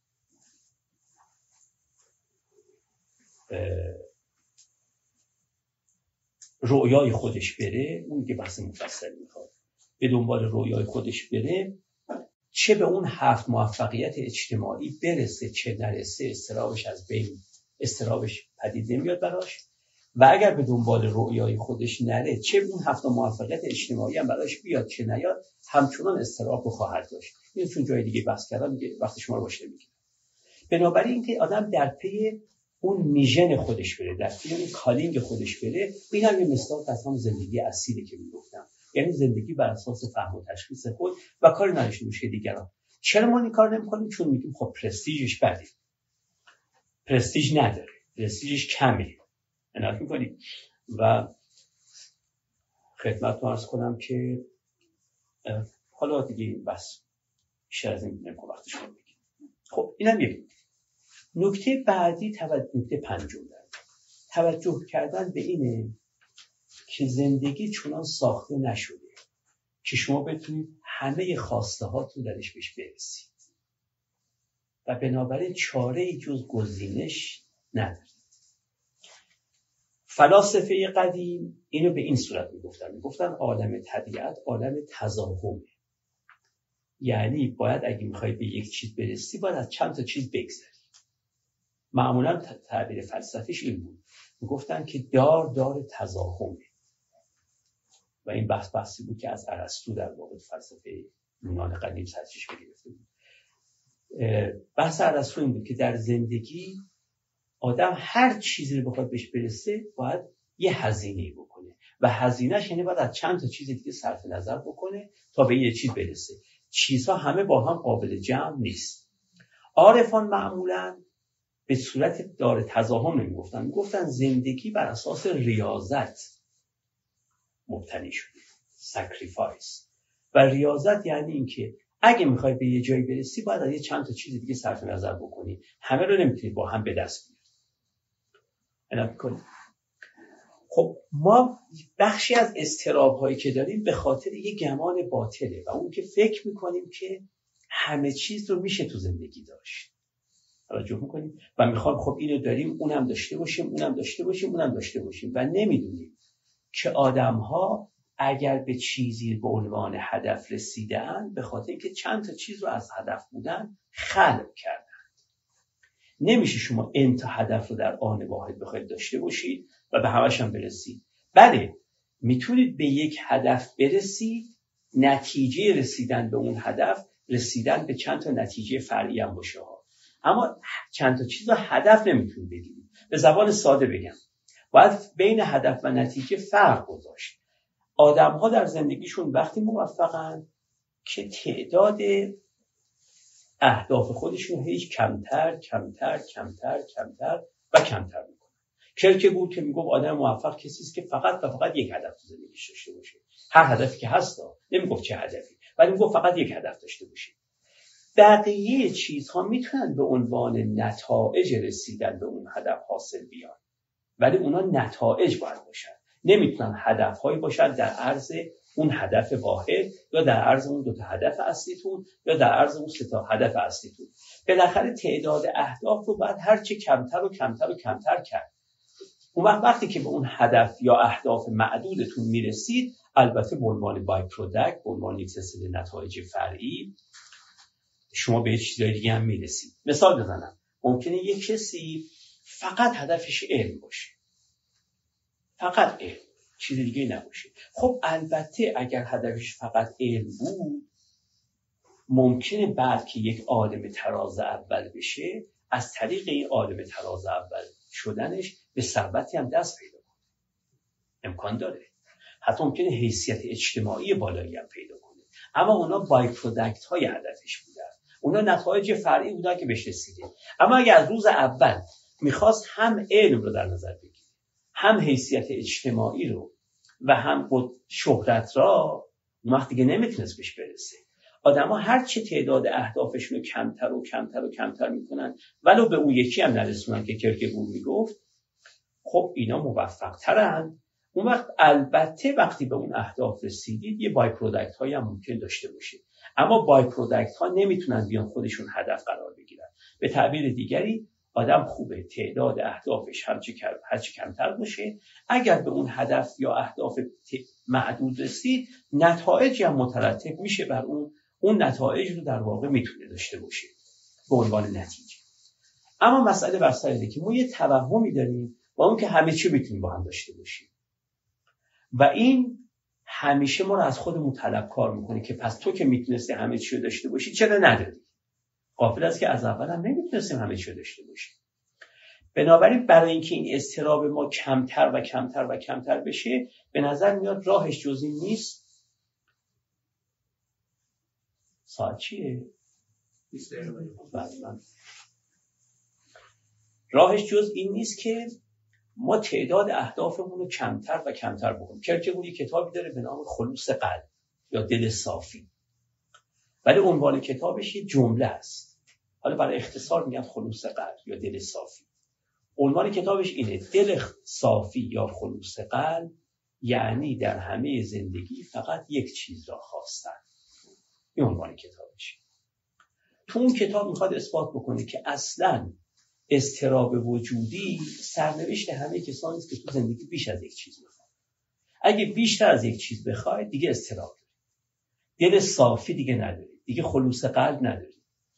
رویای خودش بره، اون که بحث مفصلی میخواد، به دنبال رویای خودش بره، چه به اون هفت موفقیت اجتماعی برسه چه نرسه، استرابش از بین استرابش پدید نمیاد براش. و اگر به دنبال رویای خودش نره، چه اون هفت موفقیت اجتماعی هم براش بیاد چه نیاد، همچنان استراب رو خواهد داشت. این چون جای دیگه بحث کردم میگه وقتی شما رو باشه میگیره. بنابراین اینکه آدم در پی اون میژن خودش بره، در پی اون کالینگ خودش بره، این هم یه مثال از همون زندگی اصیله که میگفتم، یعنی زندگی بر اساس فهم و تشخیص خود و کاری نداشته باشه دیگران. چرا ما این کار نمی‌کنیم؟ چون میگیم خب پرستیژش بده، پرستیژ نداره، پرستیژش کمه، عنایت می‌کنیم. و خدمتتون عرض کنم که حالا دیگه بس بیشتر از این نمی‌خوام وقتش رو بگیم. خب اینم یک نکته بعدی، توجه نکته پنجم توجه کردن به اینه که زندگی چنان ساخته نشده که شما بتونید همه خواسته هاتون درش بهش برسید و بنابراین چاره‌ای جز گزینش ندارید. فلاسفه قدیم اینو به این صورت میگفتن، میگفتن عالم طبیعت عالم تزاحمه، یعنی باید اگه میخوای به یک چیز برسی باید از چند تا چیز بگذری. معمولا تعبیر فلسفیش این بود، میگفتن که دار دار تزاحمه و این بحث بحثی بود که از ارسطو در واقع فلسفه یونان قدیم سرچشمه گرفته بود. بحث ارسطو این بود که در زندگی آدم هر چیزی رو بخواد بهش برسه باید یه هزینه بکنه و هزینهش یعنی باید از چند تا چیز دیگه صرف نظر بکنه تا به یه چیز برسه. چیزها همه با هم قابل جمع نیست. عارفان معمولاً به صورت دار تزاحم نمیگفتن، میگفتن زندگی بر اساس ریاضت مبتنی شده، سکریفایس. و ریاضت یعنی این که اگه میخوای به یه جایی برسی باید از یه چند تا چیز دیگه صرف نظر بکنی، همه رو نمیتونی با هم به دست بیاری. خب ما بخشی از اضطراب هایی که داریم به خاطر یه گمان باطله و اون که فکر میکنیم که همه چیز رو میشه تو زندگی داشت. توجه میکنیم و میخوام خب اینو داریم اونم داشته باشیم، اونم داشته باشیم، اونم داشته باشیم و نمیدونیم که آدم‌ها اگر به چیزی به عنوان هدف رسیدن به خاطر اینکه چند تا چیز رو از هدف بودن خلق کردن. نمیشه شما ان تا هدف رو در آن واحد بخواید داشته باشید و به همش هم برسید. بله میتونید به یک هدف برسید نتیجه رسیدن به اون هدف رسیدن به چند تا نتیجه فرعی هم باشه ها. اما چند تا چیز رو هدف نمیتونید بگیرید. به زبان ساده بگم باید بین هدف و نتیجه فرق گذاشت. آدم‌ها در زندگیشون وقتی موفقن که تعداد اهداف خودشون هیچ کمتر کمتر کمتر کمتر و کمتر میکنن. کرکگور که میگفت آدم موفق کسی است که فقط و فقط یک هدف تو زندگیش داشته باشه. هر هدفی که هست نمیگفت چه هدفی، ولی میگفت فقط یک هدف داشته باشه. بقیه چیزها میتونن به عنوان نتایج رسیدن به اون هدف حاصل بیان، ولی اونا نتایج باید باشن، نمیتونن هدفهایی باشن در عرض اون هدف واحد یا در عرض اون دو تا هدف اصلیتون یا در عرض اون سه تا هدف اصلیتون. بالاخره تعداد اهداف رو باید هر چه کمتر و کمتر و کمتر کرد. اون وقت وقتی که به اون هدف یا اهداف معدودتون میرسید، البته به عنوان بای پروداکت، به عنوان یک سلسله نتایج فرعی، شما به چیزای دیگه هم میرسید. مثال بزنم، ممکنه یک کسی فقط هدفش علم باشه، فقط علم، چیز دیگه نباشه. خب البته اگر هدفش فقط علم بود، ممکنه بعد که یک عالم تراز اول بشه، از طریق این عالم تراز اول شدنش به ثروتی هم دست پیدا کنه. امکان داره. حتی ممکنه حیثیت اجتماعی بالایی هم پیدا کنه. اما اونا بای پروداکت های هدفش بودن. اونا نتایج فرعی بودن که بهش رسیده. اما اگر از روز اول میخواست هم علم رو در نظر بگیره، هم حیثیت اجتماعی رو و هم شهرت را، اون وقت دیگه نمیتونست بهش برسه. آدم ها هر چه تعداد اهدافشون رو کمتر و کمتر و کمتر میکنن ولو به اون یکی هم نرسونن که کرکگور میگفت، خب اینا موفق ترن. اون وقت البته وقتی به اون اهداف رسیدید یه بای پروداکت هایی هم ممکن داشته باشه، اما بای پروداکت ها نمیتونن بیان خودشون هدف قرار بگیرن. به تعبیر دیگری آدم خوبه تعداد اهدافش هرچی هرچی کمتر باشه، اگر به اون هدف یا اهداف معدود رسید نتایجی هم مترتب میشه بر اون، اون نتایج رو در واقع میتونه داشته باشه به عنوان نتیجه. اما مسئله بر سر اینه که ما یه توهمی داریم با اون که همه چی میتونیم با هم داشته باشیم و این همیشه ما رو از خودمون طلبکار میکنه که پس تو که میتونستی همه چی رو داشته باشی چرا نداری؟ غافل است که از اول هم نمیتونستیم همه چی رو داشته باشیم. بنابراین برای اینکه این اضطراب ما کمتر و کمتر و کمتر بشه، به نظر میاد راهش جز این نیست. ساعت چیه؟ راهش جز این نیست که ما تعداد اهدافمون رو کمتر و کمتر بکنیم. کرکگور یک کتابی داره به نام خلوص قلب یا دل صافی، ولی عنوان کتابش یه جمله است. حالا برای اختصار میگن خلوص قلب یا دل صافی. عنوان کتابش اینه: دل صافی یا خلوص قلب یعنی در همه زندگی فقط یک چیز را خواستن. این عنوان کتابش. تو اون کتاب میخواد اثبات بکنه که اصلاً اضطراب وجودی سرنوشت همه کسانی است که تو زندگی بیش از یک چیز میخواد. اگه بیشتر از یک چیز بخواید دیگه اضطراب داری، دل صافی دیگه نداری، دیگه خلوص قلب نداری.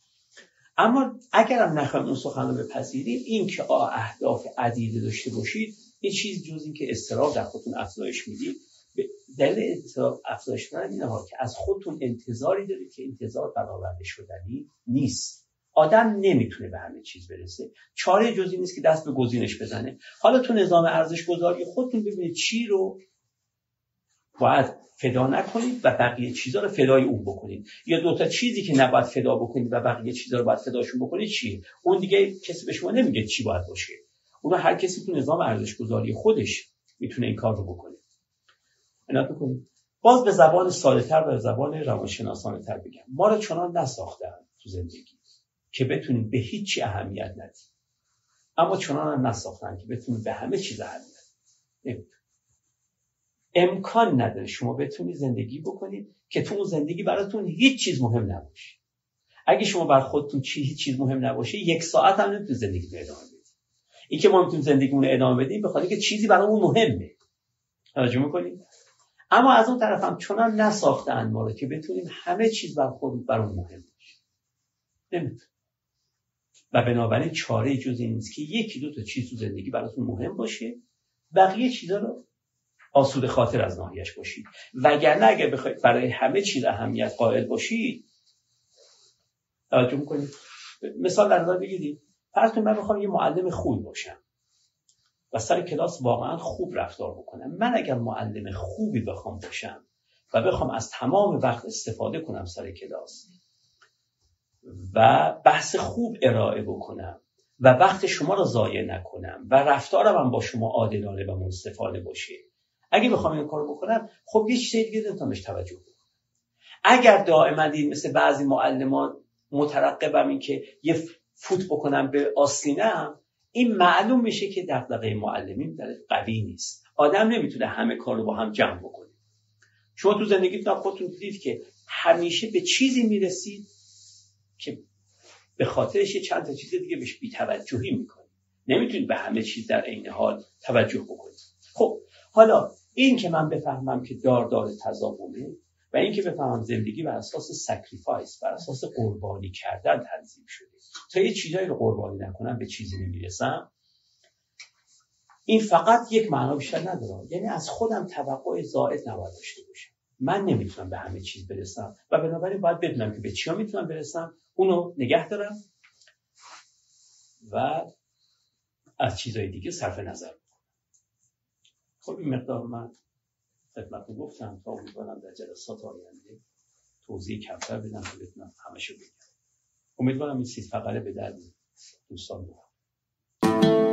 اما اگر هم نخوایم اون سخن رو بپذیریم، این که آه اهداف عدیده داشته باشید این چیز جز این که اضطراب در خودتون افزایش میدید. دلیل اضطراب افزایش دادن اینه ها که از خودتون انتظاری دارید که انتظار برآورده شدنی نیست. آدم نمیتونه به همه چیز برسه. چاره جز این نیست که دست به گزینش بزنه. حالا تو نظام ارزش گذاری خودتون ببینید چی رو باید فدا نکنید و بقیه چیزا رو فدای اون بکنید، یا دو تا چیزی که نباید فدا بکنید و بقیه چیزا رو باید فداشون بکنید چیه. اون دیگه کسی به شما نمیگه چی باید باشه. اون هر کسی تو نظام ارزش گذاری خودش میتونه این کار رو بکنه. عنایت بکنید. باز به زبان ساده‌تر و به زبان روانشناسانه‌تر بگم، ما رو چنان نساختن تو زندگی که بتونیم به هیچ چی اهمیت ندیم، اما چنان هم نساختن که بتونیم به همه چیز اهمیت ندیم. امکان نداره شما بتونید زندگی بکنید که تو اون زندگی براتون هیچ چیز مهم نباشه. اگه شما بر خودتون چی هیچ چیز مهم نباشه، یک ساعت هم نمیتونید زندگی رو ادامه بدید. این که ما میتونیم زندگیمون رو ادامه بدیم به خاطر اینکه چیزی برامون مهمه. توجه میکنید؟ اما از اون طرف هم چنان نساختن ما رو که بتونیم همه چیز بر خود برامون مهم باشه. نمیتونید. و بنابراین چاره جز این نیست که یکی دو تا چیز تو زندگی براتون مهم باشه، بقیه چیزا رو آسوده خاطر از ناحیه‌اش باشید. وگرنه اگر بخواید برای همه چیز اهمیت قائل باشید، توجه می‌کنید. مثال در نظر بگیرید، فرض کنید من بخوام یه معلم خوب باشم و سر کلاس واقعا خوب رفتار بکنم. من اگر معلم خوبی بخوام باشم و بخوام از تمام وقت استفاده کنم سر کلاس و بحث خوب ارائه بکنم و وقت شما رو ضایع نکنم و رفتارم هم با شما عادلانه و منصفانه باشه، اگه بخوام این کارو بکنم، خب یه چیز دیگه نمیتونم بهش توجه کنم. اگر دائما این مثل بعضی معلمان مترقبم این که یه فوت بکنم به آستینم، این معلوم میشه که دغدغه معلمین در قوی نیست. آدم نمیتونه همه کار رو با هم جمع بکنه. شما تو زندگیتون خودتون دیدید که همیشه به چیزی میرسید که به خاطرش چند تا چیز دیگه بهش بی‌توجهی میکنید. نمیتونید به همه چیز در عین حال توجه بکنید. خب حالا این که من بفهمم که دار دار تضامنه و این که بفهمم زندگی بر اساس سکریفایس، بر اساس قربانی کردن تنظیم شده، تا یه چیزایی رو قربانی نکنم به چیزی نمیرسم، این فقط یک معنا بیشتر نداره. یعنی از خودم توقع زائد نباید داشته باشم. من نمیتونم به همه چیز برسم و بنابراین باید بدونم که به چیا میتونم برسم، اونو نگه دارم و از چیزهای دیگه صرف نظر بکنم. خب این مقدار من خدمتتون گفتم تا امیدوارم در جلسات آینده توضیح کمتر بدم که بتونم همشو بگم. امیدوارم این سیز فقره به درد دوستان بخوره.